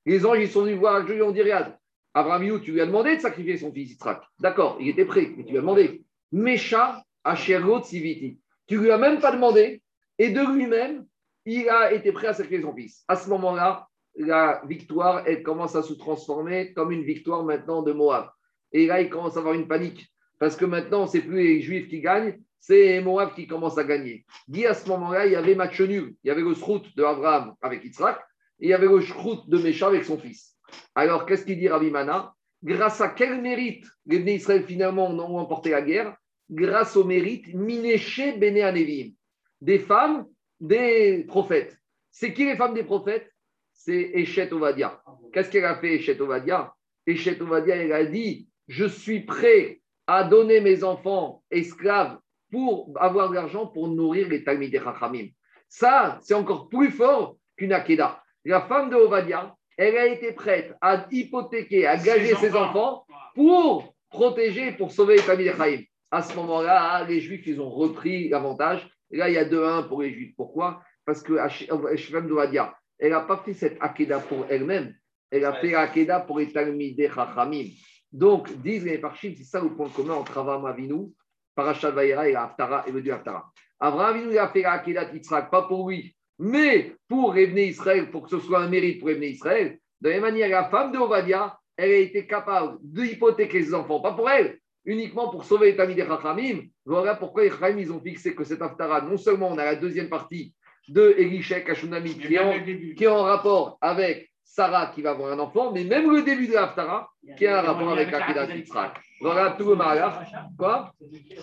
Les anges, ils sont venus voir Dieu, ils ont dit, regarde, Abraham Avinu, tu lui as demandé de sacrifier son fils Yitzhak. D'accord, il était prêt, mais tu lui as demandé. Mesha Asherot Siviti. Tu lui as même pas demandé, et de lui-même, il a été prêt à sacrifier son fils. À ce moment-là, la victoire, elle commence à se transformer comme une victoire maintenant de Moab. Et là, il commence à avoir une panique. Parce que maintenant, ce n'est plus les Juifs qui gagnent, c'est Moab qui commence à gagner. Dit à ce moment-là, il y avait match nul. Il y avait le shrout de Abraham avec Yitzhak, et il y avait le shrout de Mesha avec son fils. Alors, qu'est-ce qu'il dit Rabbi Mana? Grâce à quel mérite les Bnei Israël finalement ont emporté la guerre? Grâce au mérite Minéché Béné Anevim, des femmes, des prophètes. C'est qui les femmes des prophètes? C'est Eshet Ovadia. Qu'est-ce qu'elle a fait, Eshet Ovadia? Eshet Ovadia, elle a dit, je suis prêt à donner mes enfants esclaves pour avoir de l'argent pour nourrir les Talmidei Chachamim. Ça, c'est encore plus fort qu'une Akeda. La femme de Ovadia, elle a été prête à hypothéquer, à gager ses, ses enfants pour protéger, pour sauver les Talmidei Chachamim. À ce moment-là, les Juifs, ils ont repris l'avantage. Et là, il y a deux un pour les Juifs. Pourquoi? Parce que Hachem de Ovadia, elle n'a pas fait cette Akeda pour elle-même. Elle a fait l'Akeda pour les Talmidei Chachamim. Donc, disent les Parchim, c'est ça le point commun entre Avraham Avinu, Parashat Vayera et Haftara et le Dieu Haftara. Avraham Avinu, il a fait l'Akeda Yitzhak, pas pour lui, mais pour les Bnei Israël, pour que ce soit un mérite pour les Bnei Israël. De la même manière, la femme de Ovadia, elle a été capable d'hypothéquer ses enfants, pas pour elle, uniquement pour sauver les Talmidei Chachamim. Voilà pourquoi les Chachamim, ils ont fixé que cette Haftara, non seulement on a la deuxième partie de Elishek Hashunami, qui, qui est en rapport avec Sarah qui va avoir un enfant, mais même le début de l'Haftara, qui a un rapport avec Akedat Yitzhak. Voilà tout le mariage. Quoi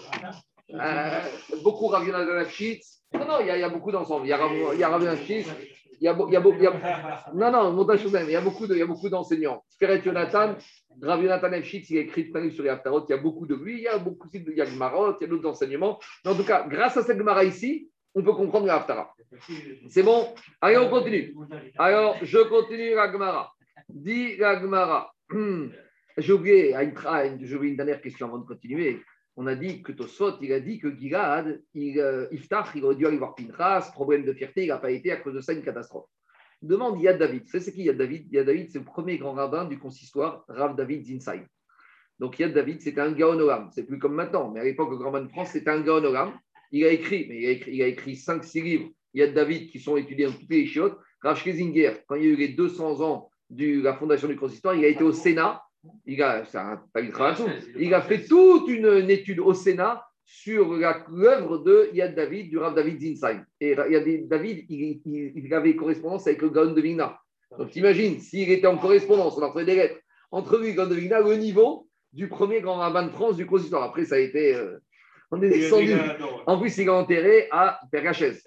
euh, Beaucoup Rav Yonatan Lefshitz. Non, non, il y, y a beaucoup d'ensemble. Il y a Rav Yonatan Lefshitz. Il y a, il y a, il y a, non, non, montage même. Il y a beaucoup, de, il y a beaucoup d'enseignants. Feret Yonatan, Rav Yonatan Lefshitz, il a écrit tout sur les Haftarot. Il y a beaucoup de lui. Il y a beaucoup de il y a Gemarot, il y a d'autres enseignements. Mais en tout cas, grâce à cette Gemara ici, on peut comprendre la Haftara. C'est bon? Allez, on continue. Alors, je continue la Gemara. Dit la Gemara. J'ai oublié, j'ai oublié une dernière question avant de continuer. On a dit que Tosfot, il a dit que Gilad, il, euh, Iftach, il aurait dû aller voir Pinchas, problème de fierté, il n'a pas été à cause de ça une catastrophe. Demande Yad David. C'est, c'est qui Yad David? Yad David, c'est le premier grand rabbin du consistoire, Rav David Zinsai. Donc Yad David, c'était un Gaon Olam. C'est plus comme maintenant, mais à l'époque, le grand rabbin de France, c'était un Gaon Olam. Il a écrit, mais il a écrit, il a écrit cinq six livres, Yad David, qui sont étudiés dans toutes les chiottes. Rav Schlesinger, quand il y a eu les deux cents ans de la fondation du consistoire, il a été au Sénat. Il a, c'est un, il a fait toute une, une étude au Sénat sur la, l'œuvre de Yad David, du Rav David Zinsai. Et Yad David, il, il, il avait correspondance avec le Gaon de Vilna. Donc t'imagines, s'il était en correspondance, on a fait des lettres entre lui et le Gaon de Vilna, le niveau du premier grand rabbin de France du consistoire. Après, ça a été... Euh, on est descendu. En plus, il est enterré à Père Lachaise.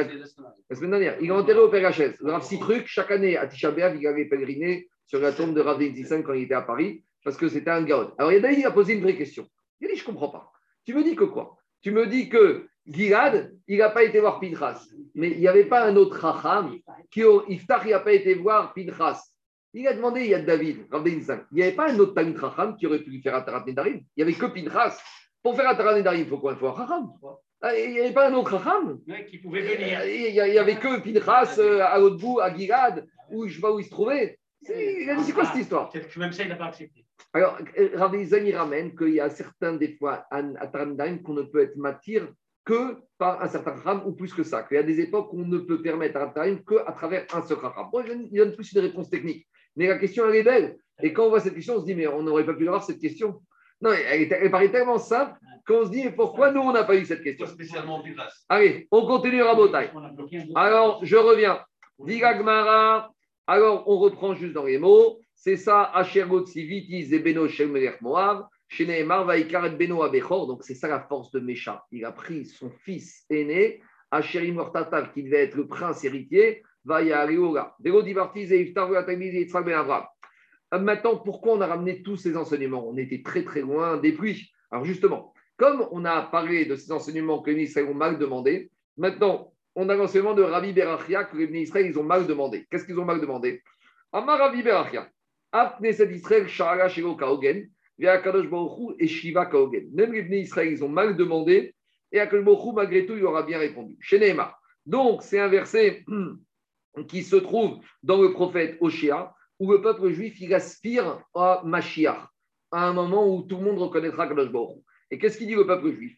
La semaine dernière, il est enterré au Père Lachaise. Le Rav Sitruk, chaque année à Tisha B'Av, il avait pèleriné sur la tombe de Rav Zinsai quand il était à Paris, parce que c'était un Gaon. Alors, Yad David a posé une vraie question. Il a dit, je ne comprends pas. Tu me dis que quoi? Tu me dis que Gilad, il n'a pas été voir Pinchas, mais il n'y avait pas un autre Chacham qui, au Iftach, il n'a pas été voir Pinchas. Il a demandé, Yad David, Rav Zinsai, il n'y avait pas un autre Talmid Chacham qui aurait pu lui faire un Tarat Nedarim. Il n'y avait que Pinchas. Pour faire un Tarat Nedarim, il faut quoi? Il faut un Chacham. Il n'y avait pas un autre Chacham qui pouvait venir. Il n'y avait que Pinchas à l'autre bout, à Gilad, où je ne sais pas où il se trouvait. C'est, il a dit, c'est quoi cette histoire? Même ça, il n'a pas accepté. Alors, Rav Zani ramène qu'il y a certains, des fois, à Tarandaim, qu'on ne peut être matir que par un certain Chacham ou plus que ça. Qu'il y a des époques où on ne peut permettre à Tarandaim qu'à travers un seul Chacham. Bon, il donne plus une réponse technique. Mais la question, elle est belle. Et quand on voit cette question, on se dit, mais on n'aurait pas pu avoir cette question. Non, elle, est, elle paraît tellement simple qu'on se dit, mais pourquoi nous, on n'a pas eu cette question? Spécialement en grâce. Allez, on continue Rabotai. Alors, je reviens. Diga Gmara. Alors, on reprend juste dans les mots. C'est ça, Ashergot Siviti Zebeno Shel Melech Moav, Sheneemar Vaikar Beno Abechor. Donc, c'est ça la force de Mesha. Il a pris son fils aîné, Asherim Mortatav, qui devait être le prince héritier, Vayarioga. Velo Divartiz et Iftar Vatamiz et Yitzhak Ben Avraham. Maintenant, pourquoi on a ramené tous ces enseignements? On était très très loin des pluies. Alors, justement, comme on a parlé de ces enseignements que les Israéliens ont mal demandé, maintenant, on a l'enseignement de Rabbi Berachia que les Israël ils ont mal demandé. Qu'est-ce qu'ils ont mal demandé? Amar Rabbi Berachia, Afneset Israël Shara Shelo Kaogen, Via Kadosh Baruch Hu et Shiva Kaogen. Même les Israël ils ont mal demandé et Akadosh Baruch Hu malgré tout il aura bien répondu. Chez Nehemar. Donc c'est un verset qui se trouve dans le prophète Oshéa où le peuple juif, il aspire à Mashiach, à un moment où tout le monde reconnaîtra Kadosh Baruch Hu. Et qu'est-ce qu'il dit le peuple juif?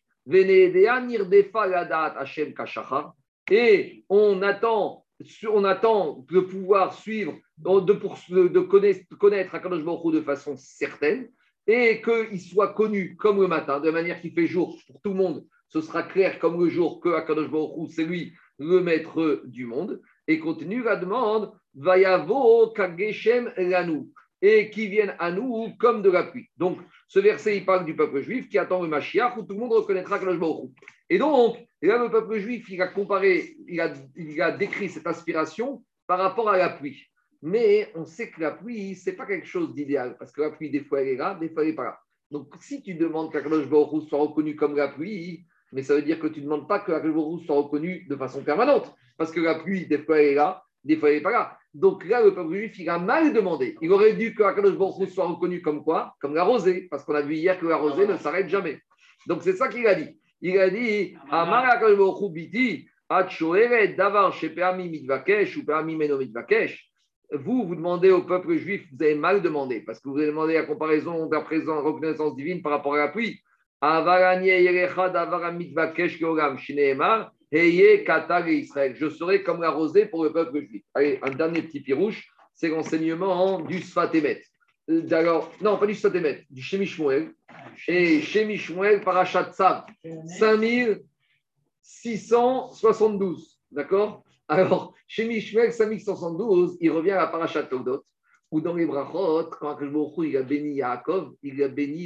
Et on attend, on attend de pouvoir suivre, de, de, de connaître, connaître Akadosh Baruch Hu de façon certaine, et qu'il soit connu comme le matin, de manière qu'il fait jour pour tout le monde. Ce sera clair comme le jour que Akadosh Baruch Hu, c'est lui le maître du monde. Et continue la demande, Vayavo kageshem lanu, et qui viennent à nous comme de la pluie. Donc, ce verset, il parle du peuple juif qui attend le Mashiach, où tout le monde reconnaîtra Akadosh Baruch Hu. Et donc, là, le peuple juif, il a comparé, il a, il a décrit cette aspiration par rapport à la pluie. Mais on sait que la pluie, ce n'est pas quelque chose d'idéal, parce que la pluie, des fois, elle est là, des fois, elle n'est pas là. Donc, si tu demandes qu'Akadosh Baruch Hu soit reconnu comme la pluie, mais ça veut dire que tu ne demandes pas que Akadosh Baruch Hu soit reconnu de façon permanente, parce que la pluie, des fois, elle est là, des fois, elle n'est pas là. Donc là, le peuple juif, il a mal demandé. Il aurait dû que Akadosh Baruch Hu soit reconnu comme quoi? Comme la rosée, parce qu'on a vu hier que la rosée ne s'arrête jamais. Donc, c'est ça qu'il a dit. Il a dit, Amar Akadosh Baruch Hu biti, at shoeret davar shepeami mitvakesh ou peami meno mitvakesh. Vous, vous demandez au peuple juif, vous avez mal demandé, parce que vous avez demandé la comparaison de la présence, reconnaissance divine par rapport à la pluie. Je serai comme la rosée pour le peuple juif. Allez, un dernier petit pirouche, c'est l'enseignement du Sfat Emet. Alors, non, pas du Sfat Emet, du Shemi Shmuel. Et Shemi Shmuel, Parashat Tzav, cinq mille six cent soixante-douze. D'accord? Alors, Shemi Shmuel, cinq mille six cent soixante-douze, il revient à la Parashat Todot, où dans les brachot, quand Akadosh Baruch Hu, il a béni Yaakov, il a béni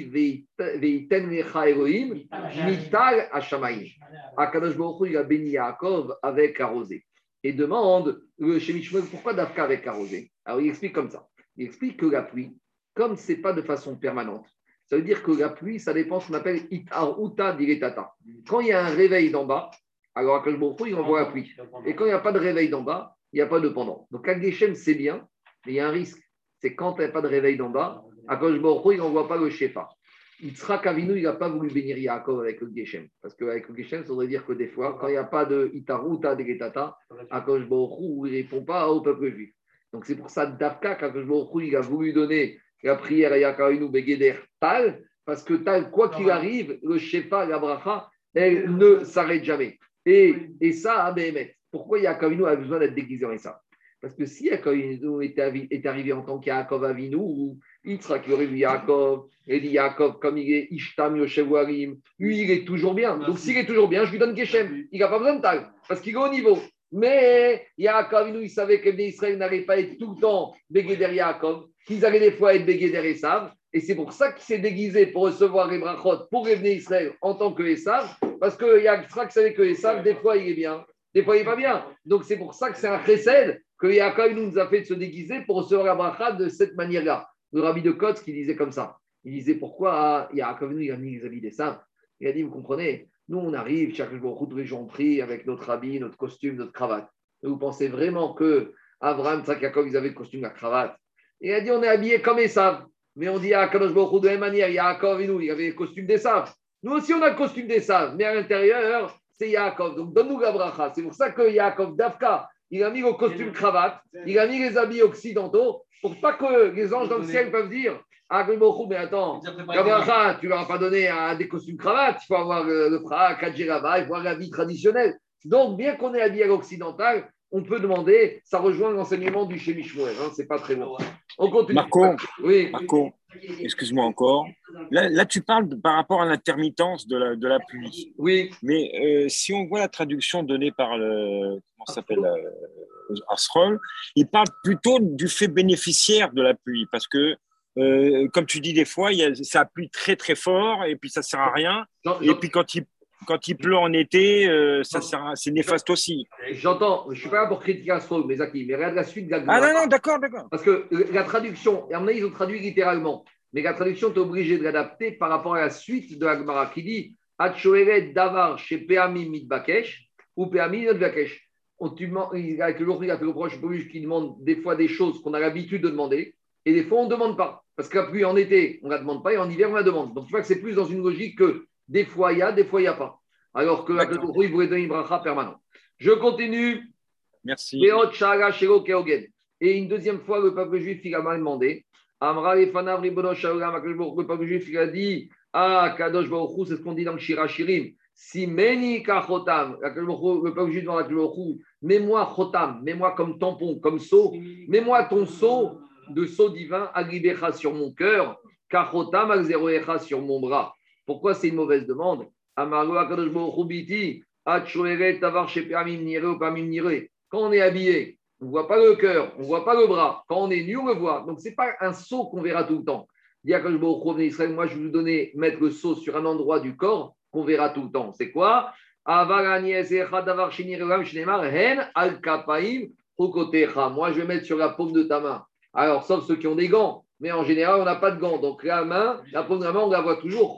Veiten Lecha Elohim, Mital Hashamayim. Akadosh Baruch Hu, il a béni Yaakov avec la rosée. Et demande le Shemi Shmuel, pourquoi Dafka avec la rosée? Alors, il explique comme ça. Il explique que la pluie, comme ce n'est pas de façon permanente, ça veut dire que la pluie, ça dépend de ce qu'on appelle Itar Uta Diretata. Quand il y a un réveil d'en bas, alors Akadosh Baruch Hu, il envoie la pluie. Et quand il n'y a pas de réveil d'en bas, il n'y a pas de pendant. Donc, Agdeshem, c'est bien, mais il y a un risque. C'est quand il n'y a pas de réveil d'en bas, Akadosh Baruch Hu, il n'envoie pas le Shefa. Yitzhak Avinu, il n'a pas voulu bénir Yaakov avec le Geshem. Parce qu'avec le Geshem, ça voudrait dire que des fois, quand il n'y a pas de Itaruta, de Getata, Akadosh Baruch Hu, il ne répond pas au peuple juif. Donc c'est pour ça, Dafka, qu'Akadosh Baruch Hu, il a voulu donner la prière à Yaakov Avinu Begeder Tal, parce que Tal, quoi qu'il arrive, le Shefa, la Bracha, elle ne s'arrête jamais. Et, et ça, Béhémet. Pourquoi Yaakov Avinu a besoin d'être déguisé en Esav? Parce que si Yaakov Avinu est arrivé en tant qu'Yaakov Avinu, ou Yitzhak aurait vu Yaakov, et dit Yaakov, comme il est Ishtam Yoshev Warim, lui, il est toujours bien. Donc s'il est toujours bien, je lui donne Geshem. Il n'a pas besoin de Tal, parce qu'il est au niveau. Mais Yaakov Avinu, il savait que les Israël n'allaient pas être tout le temps Begeder Yaakov, qu'ils allaient des fois être Begeder Esav. Et c'est pour ça qu'il s'est déguisé pour recevoir les brachot pour revenir Israël en tant que Esav, parce que Yitzhak savait que Esav, des fois, il est bien, des fois, il n'est pas bien. Donc c'est pour ça que c'est un chesed que Yaakov nous a fait de se déguiser pour recevoir la bracha de cette manière-là. Le rabbi de Kotz qui disait comme ça. Il disait pourquoi Yaakov nous il a mis les habits des saints. Il a dit, vous comprenez, nous on arrive chaque jour, tous les jours on prie avec notre habit, notre costume, notre cravate. Et vous pensez vraiment que Abraham, Tzak, Yaakov, ils avaient le costume, la cravate. Et il a dit, on est habillés comme Esav. Mais on dit à Kadosh Baruch Hu de la même manière, Yaakov et nous, il avait le costume d'Esav. Nous aussi on a le costume d'Esav, mais à l'intérieur, c'est Yaakov. Donc donne-nous la bracha. C'est pour ça que Yaakov Dafka, il a mis le costume cravate, il a mis les habits occidentaux, pour pas que les anges dans le ciel peuvent dire ah, mais attends, la bracha, tu ne l'auras pas donné à des costumes cravates, il faut avoir le, le frak, Kadjeraba, il faut avoir l'habit traditionnel. Donc, bien qu'on ait habillé à l'occidental, on peut demander, ça rejoint l'enseignement du Shemi Shmuel, hein, c'est pas très bon. On continue. Marco, oui. Marco, excuse-moi encore. Là, là, tu parles de, par rapport à l'intermittence de la, de la pluie. Oui. Mais euh, si on voit la traduction donnée par le, comment ça s'appelle, euh, Asrol, il parle plutôt du fait bénéficiaire de la pluie, parce que, euh, comme tu dis des fois, il y a, ça pluie très très fort et puis ça sert à rien. Non, et non. Puis quand il Quand il pleut en été, euh, ça sert à, c'est néfaste aussi. J'entends, je ne suis pas là pour critiquer Asrol, mais Zaki, mais regarde la suite de la Ah non, non, d'accord, d'accord. Parce que la traduction, et à mon avis, ils ont traduit littéralement, mais la traduction, tu es obligé de l'adapter par rapport à la suite de la Gemara qui dit Hachoeret davar chez Peami mitbakesh ou Peami mitbakesh. Avec le jour il a fait reproche au juge qui demande des fois des choses qu'on a l'habitude de demander, et des fois on ne demande pas. Parce que la pluie en été, on ne la demande pas, et en hiver, on la demande. Donc tu vois que c'est plus dans une logique que des fois il y a, des fois il n'y a pas. Alors que le il voulait donner une bracha permanente. Je continue. Merci. Et une deuxième fois, le peuple juif, il a mal demandé. Amra Lefanav Ribono Shaolam, le peuple juif, il a dit ah, Kadosh Baruch Hu, c'est ce qu'on dit dans le Shira Shirim. Si Meni Kachotam, le peuple juif devant la Baruch Hu, mets-moi Chotam, mets-moi comme tampon, comme sceau, mets-moi ton sceau de sceau divin, Agribecha sur mon cœur, Kachotam, Agzeroecha sur mon bras. Pourquoi c'est une mauvaise demande? Amaro Kadosh Baruch Hu Biti, Atchoeret Tavar Shepeamim Nire ou Pamim Nire. Quand on est habillé, on ne voit pas le cœur, on ne voit pas le bras. Quand on est nu, on le voit. Donc, ce n'est pas un sceau qu'on verra tout le temps. Dis à Kadosh Baruch Hu, Israël, moi, je vais vous donner, mettre le sceau sur un endroit du corps qu'on verra tout le temps. C'est quoi? Moi, je vais mettre sur la paume de ta main. Alors, sauf ceux qui ont des gants. Mais en général, on n'a pas de gants. Donc, la main, la paume de la main, on la voit toujours.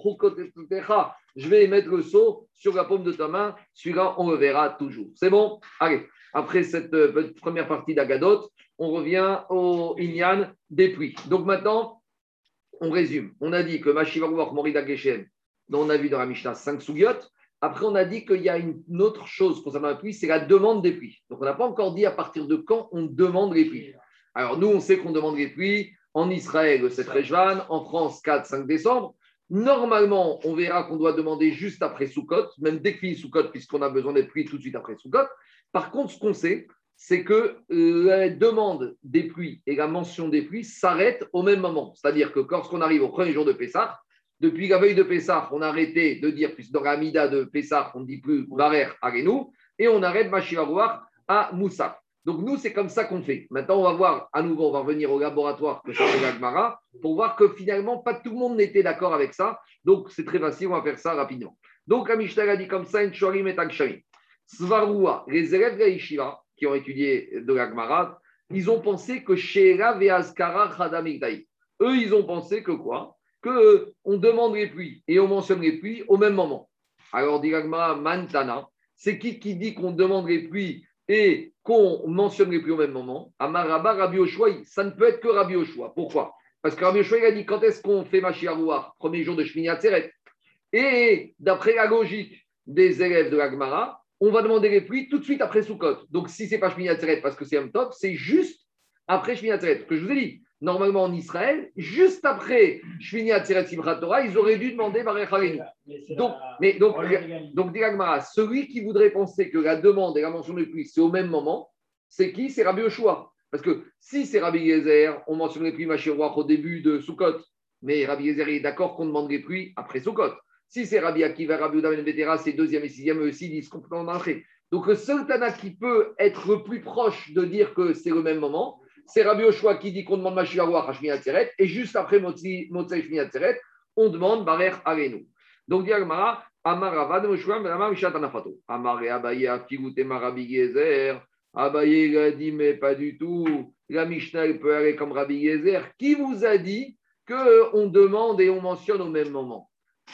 Je vais mettre le sceau sur la paume de ta main. Celui-là, on le verra toujours. C'est bon? Allez, après cette euh, première partie d'Agadot, on revient au Inyan des pluies. Donc, maintenant, on résume. On a dit que Mashiva Ruach Morida Geshem, dont on a vu dans la Mishnah cinq sougiotes. Après, on a dit qu'il y a une autre chose concernant la pluie, c'est la demande des pluies. Donc, on n'a pas encore dit à partir de quand on demande les pluies. Alors, nous, on sait qu'on demande les pluies en Israël le sept Rejvan, en France quatre cinq décembre. Normalement, on verra qu'on doit demander juste après Sukkot, même dès qu'il finit Sukkot, puisqu'on a besoin des pluies tout de suite après Sukkot. Par contre, ce qu'on sait, c'est que la demande des pluies et la mention des pluies s'arrêtent au même moment. C'est-à-dire que lorsqu'on arrive au premier jour de Pessah, depuis la veille de Pessah, on a arrêté de dire, puisque dans la Mida de Pessah, on ne dit plus Barer Arenu, et on arrête Mashiach Ruach à Moussa. Donc nous, c'est comme ça qu'on fait. Maintenant, on va voir, à nouveau, on va revenir au laboratoire que fait l'Agmara pour voir que finalement, pas tout le monde n'était d'accord avec ça. Donc c'est très facile, on va faire ça rapidement. Donc la Mishnah a dit comme ça, Inchorim et Aksharim. Svaroua, les élèves de la Yeshiva qui ont étudié de l'Agmara, ils ont pensé que Sheera ve'azkara chadamigdaï. Eux, ils ont pensé que quoi? Qu'on demande les pluies et on mentionne les pluies au même moment. Alors, dit l'Agmara, Mantana, c'est qui qui dit qu'on demande les pluies et qu'on mentionne les pluies au même moment? Amaraba, Rabbi Yoshua, ça ne peut être que Rabbi Yoshua. Pourquoi? Parce que Rabbi Yoshua a dit quand est-ce qu'on fait Mashiach Ruach? Premier jour de Shmini Atzeret. Et d'après la logique des élèves de l'Agmara, on va demander les pluies tout de suite après Sukkot. Donc, si ce n'est pas Shmini Atzeret parce que c'est un top, c'est juste après Shmini Atzeret. Ce que je vous ai dit. Normalement, en Israël, juste après Shmini Atzeret Simchat Torah, ils auraient dû demander Barech Harenu. Donc, mais donc, donc, dit l'Agmara, celui qui voudrait penser que la demande et la mention de pluie, c'est au même moment, c'est qui? C'est Rabbi Yoshua. Parce que si c'est Rabbi Yezer, on mentionne les pluies Mashiach Ruach au début de Sukkot, mais Rabbi Yezer est d'accord qu'on demande les pluies après Sukkot. Si c'est Rabbi Akiva, Rabbi Uda Ben Betera, c'est deuxième et sixième, eux aussi disent complètement après. Donc, le seul Tana qui peut être le plus proche de dire que c'est le même moment, c'est Rabbi Yoshua qui dit qu'on demande Mashiach Ruach à Shmini Atzeret, et juste après Motzei Shmini Atzeret, on demande Barer Arenu. Donc, dit Agmara, Amar Ravad Moshuam, Amar Mishat Anafato. Amar et Abaye Afkigutema Rabbi Yezer. Abaye il a dit, mais pas du tout. La Mishnah elle peut aller comme Rabbi Yezer. Qui vous a dit qu'on demande et on mentionne au même moment?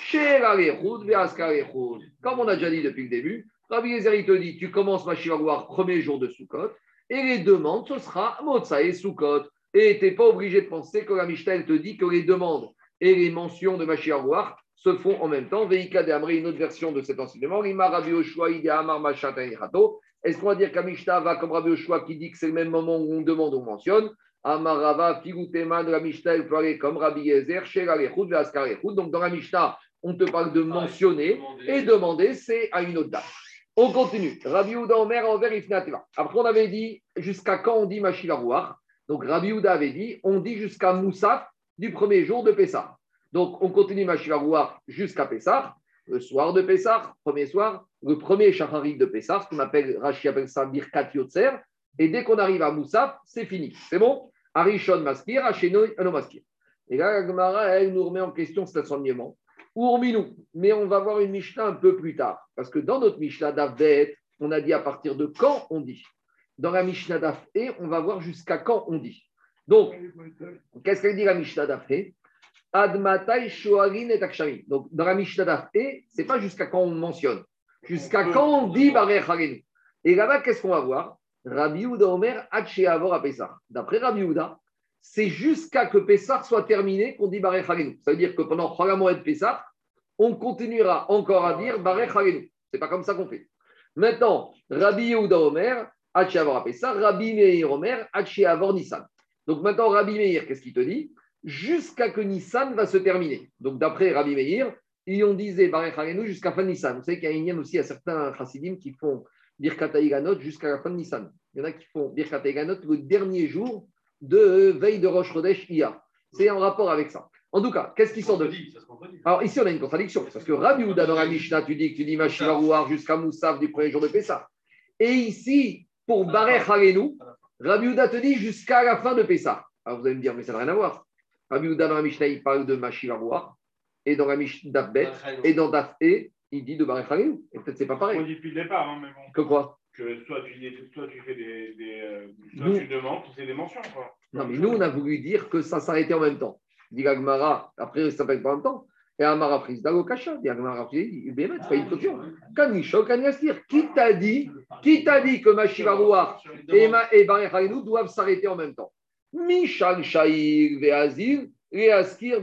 Comme on a déjà dit depuis le début, Rabbi Yezer il te dit, tu commences Mashiach Ruach premier jour de Sukkot. Et les demandes, ce sera Motsa et Sukkot. Et tu n'es pas obligé de penser que la Mishnah te dit que les demandes et les mentions de Mashiach Ruach se font en même temps. Veika de Amri, une autre version de cet enseignement. Rima Rabbi Yoshua, Ide Amar Machat Anichato. Est-ce qu'on va dire que la Mishnah va comme Rabbi Yoshua qui dit que c'est le même moment où on demande, on mentionne? Amar Rava, Figutema de la Mishnah, elle peut aller comme Rabbi Yezer, Shera Lechut, Veaskar Lechut. Donc dans la Mishnah, on te parle de mentionner et demander, c'est à une autre date. On continue. Rabbi Yehuda Omer Over Ifnateva. Après, on avait dit jusqu'à quand on dit Mashiach Ruach. Donc, Rabbi Yehuda avait dit on dit jusqu'à Moussaf du premier jour de Pessah. Donc, on continue Mashiach Ruach jusqu'à Pessah. Le soir de Pessah, premier soir, le premier Shacharit de Pessah, ce qu'on appelle, Rashi appelle ça Birkat Yotzer. Et dès qu'on arrive à Moussaf, c'est fini. C'est bon? Arishon Maskir, Hasheno Maskir. Et là, la Gemara, elle nous remet en question cet enseignement. Ourminou, mais on va voir une Mishnah un peu plus tard. Parce que dans notre Mishnah d'Avdet, on a dit à partir de quand on dit. Dans la Mishnah d'Afé, on va voir jusqu'à quand on dit. Donc, qu'est-ce qu'elle dit la Mishnah d'Afé? Admatai shoarin et aksharim. Donc, dans la Mishnah d'Afé, ce n'est pas jusqu'à quand on mentionne. Jusqu'à quand on dit Barech Harenu. Et là-bas, qu'est-ce qu'on va voir? Rabbi Yehuda Omer, Haché Avor à Pessah. D'après Rabbi Yehuda, c'est jusqu'à que Pessah soit terminé qu'on dit Barech Harenu. Ça veut dire que pendant Chol HaMoed Pessah, on continuera encore à dire Barech Harenu. Ce n'est pas comme ça qu'on fait. Maintenant, Rabbi Yehuda Omer, Hachi Avor Pessah, Rabbi Meir Omer, Hachi Avor Nissan. Donc maintenant, Rabbi Meir, qu'est-ce qu'il te dit? Jusqu'à que Nissan va se terminer. Donc d'après Rabbi Meir, ils ont disait Barech Harenu jusqu'à fin Nissan. Vous savez qu'il y a une aussi à certains chassidim qui font Birkat Haganot jusqu'à la fin de Nissan. Il y en a qui font Birkat Haganot le dernier jour de veille de Rosh Chodesh Iyar. C'est en rapport avec ça. En tout cas, qu'est-ce qu'ils sont de. Alors ici, on a une contradiction. Parce que Rabbi Houda dans la Mishnah, tu dis que tu dis Mashivarouar jusqu'à Moussaf du premier jour de Pessah. Et ici, pour Barech Harenu, Rabbi Houda te dit jusqu'à la fin de Pessah. Alors vous allez me dire, mais ça n'a rien à voir. Rabbi Houda dans la Mishnah, il parle de Mashivarouar. Et dans la Mishnah Bet, et dans Daf E, il dit de Barech Harenu. Et peut-être c'est pas pareil. On dit depuis le départ, hein, mais bon. Que quoi? Que soit tu, dis, soit tu fais des. des euh, soit nous, tu demandes, tu fais des mentions. Quoi. Non, mais nous, on a voulu dire que ça s'arrêtait en même temps. Dit Agmara, après, ça s'appelle pas en même temps. Et Amara prise d'Alokasha, dit Agmara prise, il dit, c'est pas une question. Kanishok, Kanyastir. Qui t'a dit, qui t'a dit que Mashivarouar et, et Barech Harenu doivent s'arrêter en même temps? Mishal Shaïr Veazil, Reaskir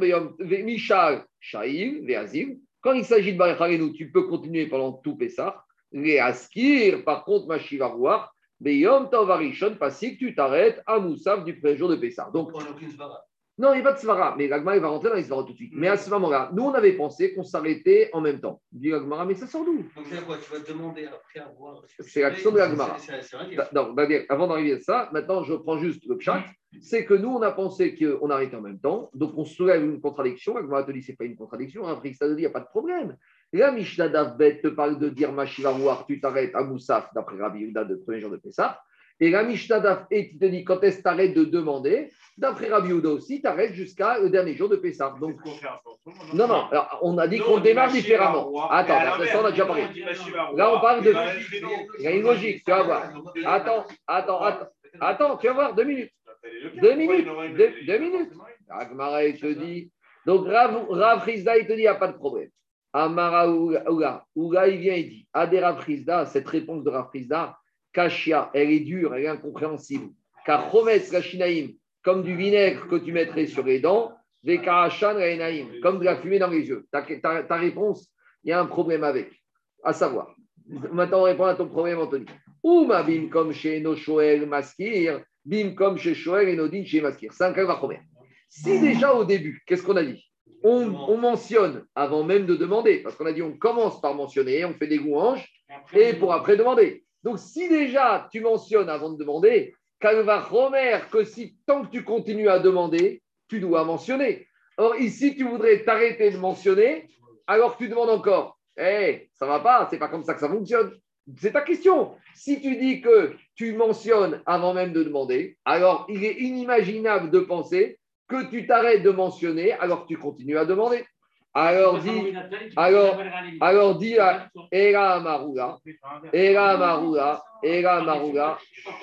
Mishal Shaïr Veazil. Quand il s'agit de Barech Harenu, tu peux continuer pendant tout Pessah. Les askir, par contre, Mashivarouar, Beyom Tavarishon, Passik, tu t'arrêtes à Moussaf du premier jour de Pessah. Donc, non, il n'y a pas de Svara, mais l'Agmara va rentrer dans les Svara tout de suite. Mais à ce moment-là, nous, on avait pensé qu'on s'arrêtait en même temps. Dit l'Agmara, mais ça sort d'où? Donc, c'est quoi? Tu vas te demander après avoir. C'est l'action de l'Agmara. Non, avant d'arriver à ça, maintenant, je prends juste le pshat. C'est que nous, on a pensé qu'on arrêtait en même temps. Donc, on soulève une contradiction. L'Agmara te dit, ce n'est pas une contradiction. Après, ça te dit, il n'y a pas de problème. La Mishnah d'Avbet te parle de dire Mashivarouar, tu t'arrêtes à Moussaf, d'après Rabbi Yehuda, de premier jour de Pessah. Et la Mishnah d'Avbet te dit quand est-ce que tu arrêtes de demander, d'après Rabbi Yehuda aussi, tu arrêtes jusqu'à le dernier jour de Pessah. Donc, non, non, alors, on a dit qu'on démarre différemment. Attends, ça on a déjà parlé. Là, on parle de. Il y a une logique, tu vas voir. Attends, attends, attends, attends, tu vas voir, deux minutes. Deux minutes, deux, deux minutes. Agmara, il te dit. Donc, Rav, Rav Rizda, il te dit, il n'y a pas de problème. Amara Ouga, Ouga, il vient et dit Adé Rav Rizda, cette réponse de Rav Rizda, Kashia, elle est dure, elle est incompréhensible. Car Chometz Kashinaim, comme du vinaigre que tu mettrais sur les dents, Vekarachan Renaim, comme de la fumée dans les yeux. Ta, ta, ta réponse, il y a un problème avec. À savoir, maintenant on répond à ton problème, Anthony. Ouma bim comme chez nos Shoel Maskir, bim comme chez Shoel et Nodin chez Maskir. C'est un cas de Si déjà au début, qu'est-ce qu'on a dit? On, on mentionne avant même de demander, parce qu'on a dit on commence par mentionner, on fait des louanges, et pour après demander. Donc si déjà tu mentionnes avant de demander, Kalva Romer, que si tant que tu continues à demander, tu dois mentionner. Or ici, tu voudrais t'arrêter de mentionner, alors que tu demandes encore. Eh, hey, ça ne va pas, c'est pas comme ça que ça fonctionne. C'est ta question. Si tu dis que tu mentionnes avant même de demander, alors il est inimaginable de penser que tu t'arrêtes de mentionner alors que tu continues à demander. Alors dis, alors, alors dis à Era Amaroula, Era Amaroula, Era Amaroula,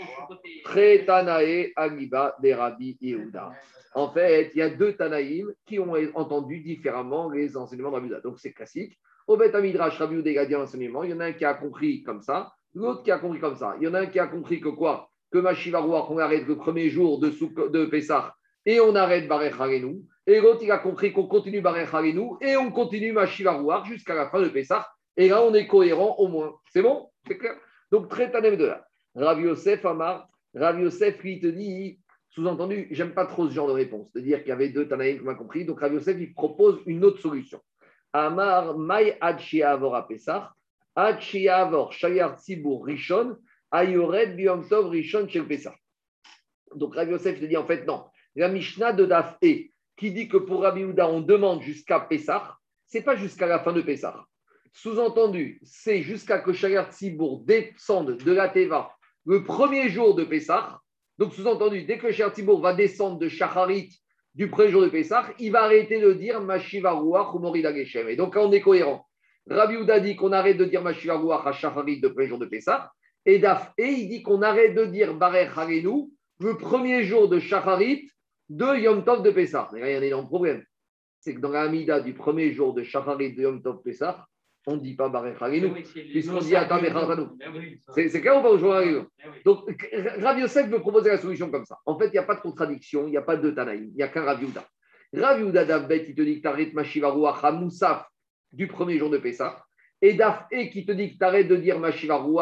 Tretanae Agiba de Rabbi Yehuda. En fait, il y a deux Tanaïm qui ont entendu différemment les enseignements de Rabbi Yehuda. Donc c'est classique. Au Beth Amidrash, Rabbi Yehuda a dit l'enseignement. Il y en a un qui a compris comme ça, l'autre qui a compris comme ça. Il y en a un qui a compris que quoi? Que Mashivarouar, qu'on arrête le premier jour de, Souk- de Pessah et on arrête Barech Harenu. Et l'autre, il a compris qu'on continue Barech Harenu et on continue Mashivarouar jusqu'à la fin de Pessah. Et là, on est cohérent au moins. C'est bon? C'est clair? Donc, très tanem de là. Rav Yosef Amar, Rav Yosef, lui, te dit, sous-entendu, j'aime pas trop ce genre de réponse, de dire qu'il y avait deux Tanaïm qui m'ont compris. Donc, Rav Yosef, il propose une autre solution. Amar, Maï Adshi Avor à Pessah, Adshi Avor, Shayar Tzibur Rishon, Ayored Biom Tov Rishon Shel Pessah. Donc, Rav Yosef te dit, en fait, non. La Mishnah de Daf E, qui dit que pour Rabbi Yehuda, on demande jusqu'à Pessah, ce n'est pas jusqu'à la fin de Pessah. Sous-entendu, c'est jusqu'à que Shayar Tzibour descende de la Teva le premier jour de Pessah. Donc, sous-entendu, dès que Shayar Tzibour va descendre de Shacharit du premier jour de Pessah, il va arrêter de dire Mashivarouach ou Morida Geshem. Et donc, on est cohérent. Rabbi Yehuda dit qu'on arrête de dire Mashivarouach à Shacharit de premier jour de Pessah. Et Daf E, il dit qu'on arrête de dire Barech Harenu le premier jour de Shacharit de Yom Tov de Pessah. Mais là, il y a un énorme problème. C'est que dans la Hamida du premier jour de Shacharit de Yom Tov Pessah, on ne dit pas Barech Harenu, puisqu'on dit Atam Echaranu. C'est clair ou pas aujourd'hui? Donc, Rav Yosef veut proposer la solution comme ça. En fait, il n'y a pas de contradiction, il n'y a pas de Tanaïm, il n'y a qu'un Rav Yehuda. Rav Yehuda d'Avbet, il te dit que tu arrêtes Mashivarouach à Moussaf du premier jour de Pessah. Et Daf E qui te dit que tu arrêtes de dire Mashivarouach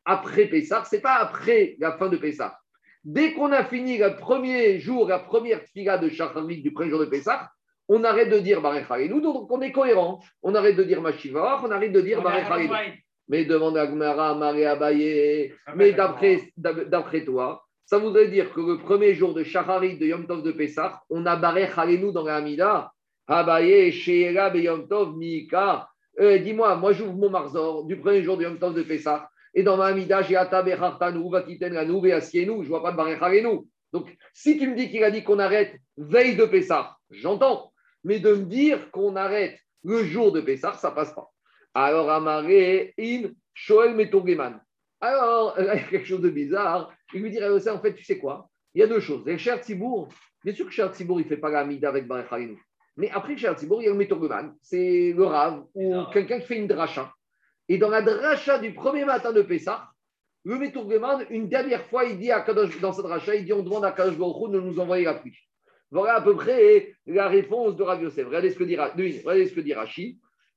après Pessah, ce n'est pas après la fin de Pessah. Dès qu'on a fini le premier jour, la première tfila de Shacharit du premier jour de Pessah, on arrête de dire Barech Halenu, donc on est cohérent. On arrête de dire Mashivar, on arrête de dire Barech Halenu. Mais demande à Gmara, Maré Abaye, mais d'après, d'après toi, ça voudrait dire que le premier jour de Shacharit de Yom Tov de Pessah, on a Barech Halenu dans la Hamida. Abaye, Sheela, Yom Tov, Mika. Euh, dis-moi, moi j'ouvre mon marzor du premier jour de Yom Tov de Pessah, et dans ma Hamida, j'ai Ata Bechartanu, Vakiten Lanu, Veasienu, je ne vois pas de Barech Halenu. Donc, si tu me dis qu'il a dit qu'on arrête veille de Pessah, j'entends, mais de me dire qu'on arrête le jour de Pessah, ça ne passe pas. Alors, Amaré, In, Shoel Meturgeman. Alors, il y a quelque chose de bizarre. Il lui dit, en fait, tu sais quoi? Il y a deux choses. Le Cher Tzibour, bien sûr que Cher Tzibour, il ne fait pas la Hamida avec Barech Halenu. Mais après Cher Tzibour, il y a le Meturgeman, c'est le Rav, ou quelqu'un qui fait une dracha. Et dans la dracha du premier matin de Pessah, le Meturgeman, une dernière fois, il dit à Kadosh, dans cette dracha, il dit on demande à Kadosh Baruch Hu de nous envoyer la pluie. Voilà à peu près la réponse de Rav Yosef. Regardez ce que dit, regardez ce que dit Rashi.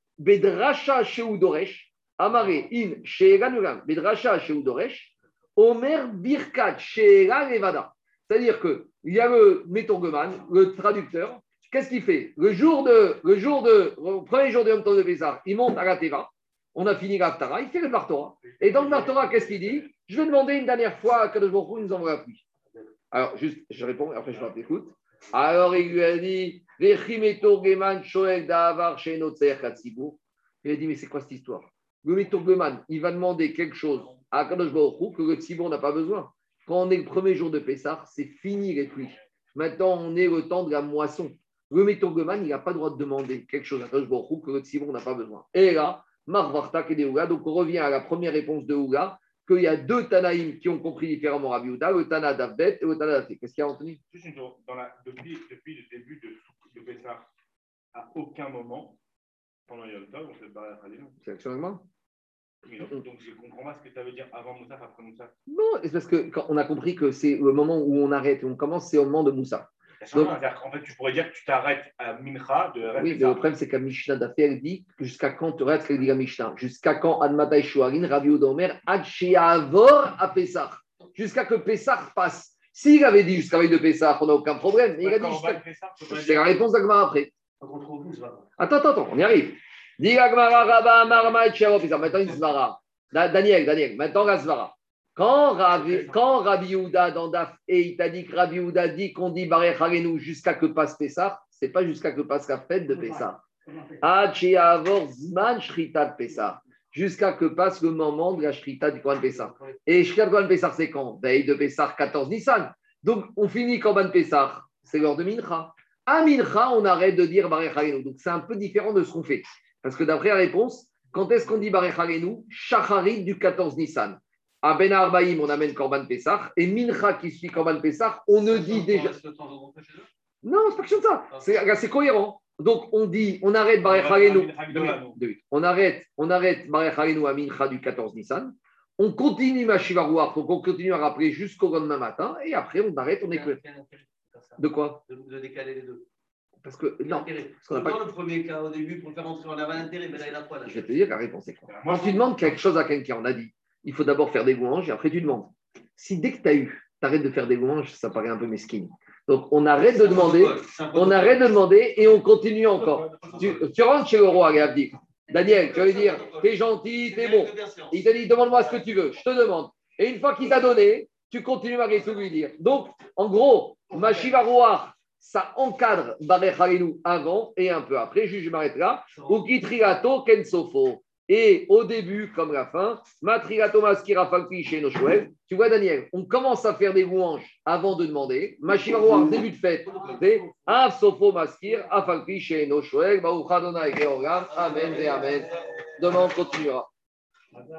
Bedracha Sheu Doresh, Amare in Sheera Nulam, Bedracha Sheu Doresh, Omer Birkat Sheera Levada. C'est-à-dire qu'il y a le Meturgeman, le traducteur. Qu'est-ce qu'il fait? Le jour de, le jour de, le premier jour de Yom Tov de Pessah, il monte à la Teva. On a fini l'Aftara, il fait le Martora. Et dans le Martora, qu'est-ce qu'il dit? Je vais demander une dernière fois à Kadosh Baruch Hu, il nous envoie la pluie. Alors, juste, je réponds, après je t'écoute. Alors, il lui a dit, Vechimetorgeman Shoel Da'avar She'enotzer Katzibur. Il a dit, mais c'est quoi cette histoire? Le Meturgeman, il va demander quelque chose à Kadosh Baruch Hu que le Tzibur n'a pas besoin. Quand on est le premier jour de Pessah, c'est fini les pluies. Maintenant, on est le temps de la moisson. Le Meturgeman, il n'a pas le droit de demander quelque chose à Kadosh Baruch Hu que le Tzibur n'a pas besoin. Et là, Marvartak et Ouga, donc on revient à la première réponse de Ouga, qu'il y a deux Tanaïm qui ont compris différemment Rabbi Yehuda, le Tana d'Avbet et le Tana d'Afé. Qu'est-ce qu'il y a, Anthony? Juste une chose, dans la, depuis, depuis le début de, de Pessah, à aucun moment, pendant Yom Tov, on fait Barech Halenu. C'est actuellement. Donc, donc je ne comprends pas ce que ça veut dire avant Moussaf, après Moussaf. Non, c'est parce qu'on a compris que c'est le moment où on arrête et on commence, c'est au moment de Moussa. Donc, en fait, tu pourrais dire que tu t'arrêtes à Mincha de Oui, mais le problème, c'est qu'à Mishnah d'Afé, elle dit jusqu'à quand, tu regardes ce qu'elle dit à Mishnah, jusqu'à quand Admatai Shuarin, Rabbi Yehuda Omer, Ad She'avor à Pessah, jusqu'à que Pessah passe. S'il avait dit jusqu'à la veille de Pessah, on n'a aucun problème, mais il a dit jusqu'à. C'est la réponse d'Agmara après. Attends, attends, attends, on y arrive. Dis Agmara, Rabba, Amarma, et She'avor, Pessah. Maintenant, une Svara. Daniel, Daniel, maintenant la Svara. Quand Rabbi, quand Rabbi Yehuda dans Daf et il t'a dit que Rabbi Yehuda dit qu'on dit Barech Halenu jusqu'à que passe Pessah, c'est pas jusqu'à que passe la fête de Pessah. Ad she'avor zman shrita de Pessah, jusqu'à que passe le moment de la shrita du Korban Pessah. Et shrita du Korban Pessah, c'est quand? Veille de Pessah, quatorze Nissan. Donc on finit Korban Pessah, c'est l'heure de Mincha. À Mincha, on arrête de dire Barech Halenu. Donc c'est un peu différent de ce qu'on fait. Parce que d'après la réponse, quand est-ce qu'on dit Barech Halenu? Shacharit du quatorze Nissan. À Ben Arbaïm, on amène Korban Pessah. Et Mincha qui suit Korban Pessah, on ne dit déjà. Non, c'est pas question de ça. C'est, c'est cohérent. Donc on dit, on arrête Barech Halenu. On arrête, on arrête Barech Halenu à Mincha du quatorze Nissan. On continue ma Shivarouar, donc on continue à rappeler jusqu'au lendemain matin. Et après, on arrête, on est clair. De quoi? de, de décaler les deux. Parce que, non. Parce qu'on a pas... le premier cas au début pour le faire entrer, on avait l'intérêt, mais là, il a quoi là? Je vais te dire la réponse est quoi. Quand tu demandes quelque chose à quelqu'un, on a dit. Il faut d'abord faire des louanges et après tu demandes. Si dès que tu as eu, tu arrêtes de faire des louanges, ça paraît un peu mesquine. Donc on arrête de demander, on arrête de demander et on continue encore. Tu, tu rentres chez le roi, Abdi. Daniel, tu vas lui dire, t'es gentil, t'es bon. Il te dit, demande-moi ce que tu veux, je te demande. Et une fois qu'il t'a donné, tu continues malgré tout lui dire. Donc, en gros, ma Shivarouar, ça encadre Barech Halenu avant et un peu après. Juge, je m'arrête là. Ou Kitriato Kensofo. Et au début, comme la fin, Matriato Maskira Falpi chez nos chouettes. Tu vois, Daniel, on commence à faire des louanges avant de demander. Machivaroir, début de fête. Av Sofo Maskir, Afalpi chez nos chouettes. Baruch Adonai Georgam. Amen et Amen. Demain, on continuera.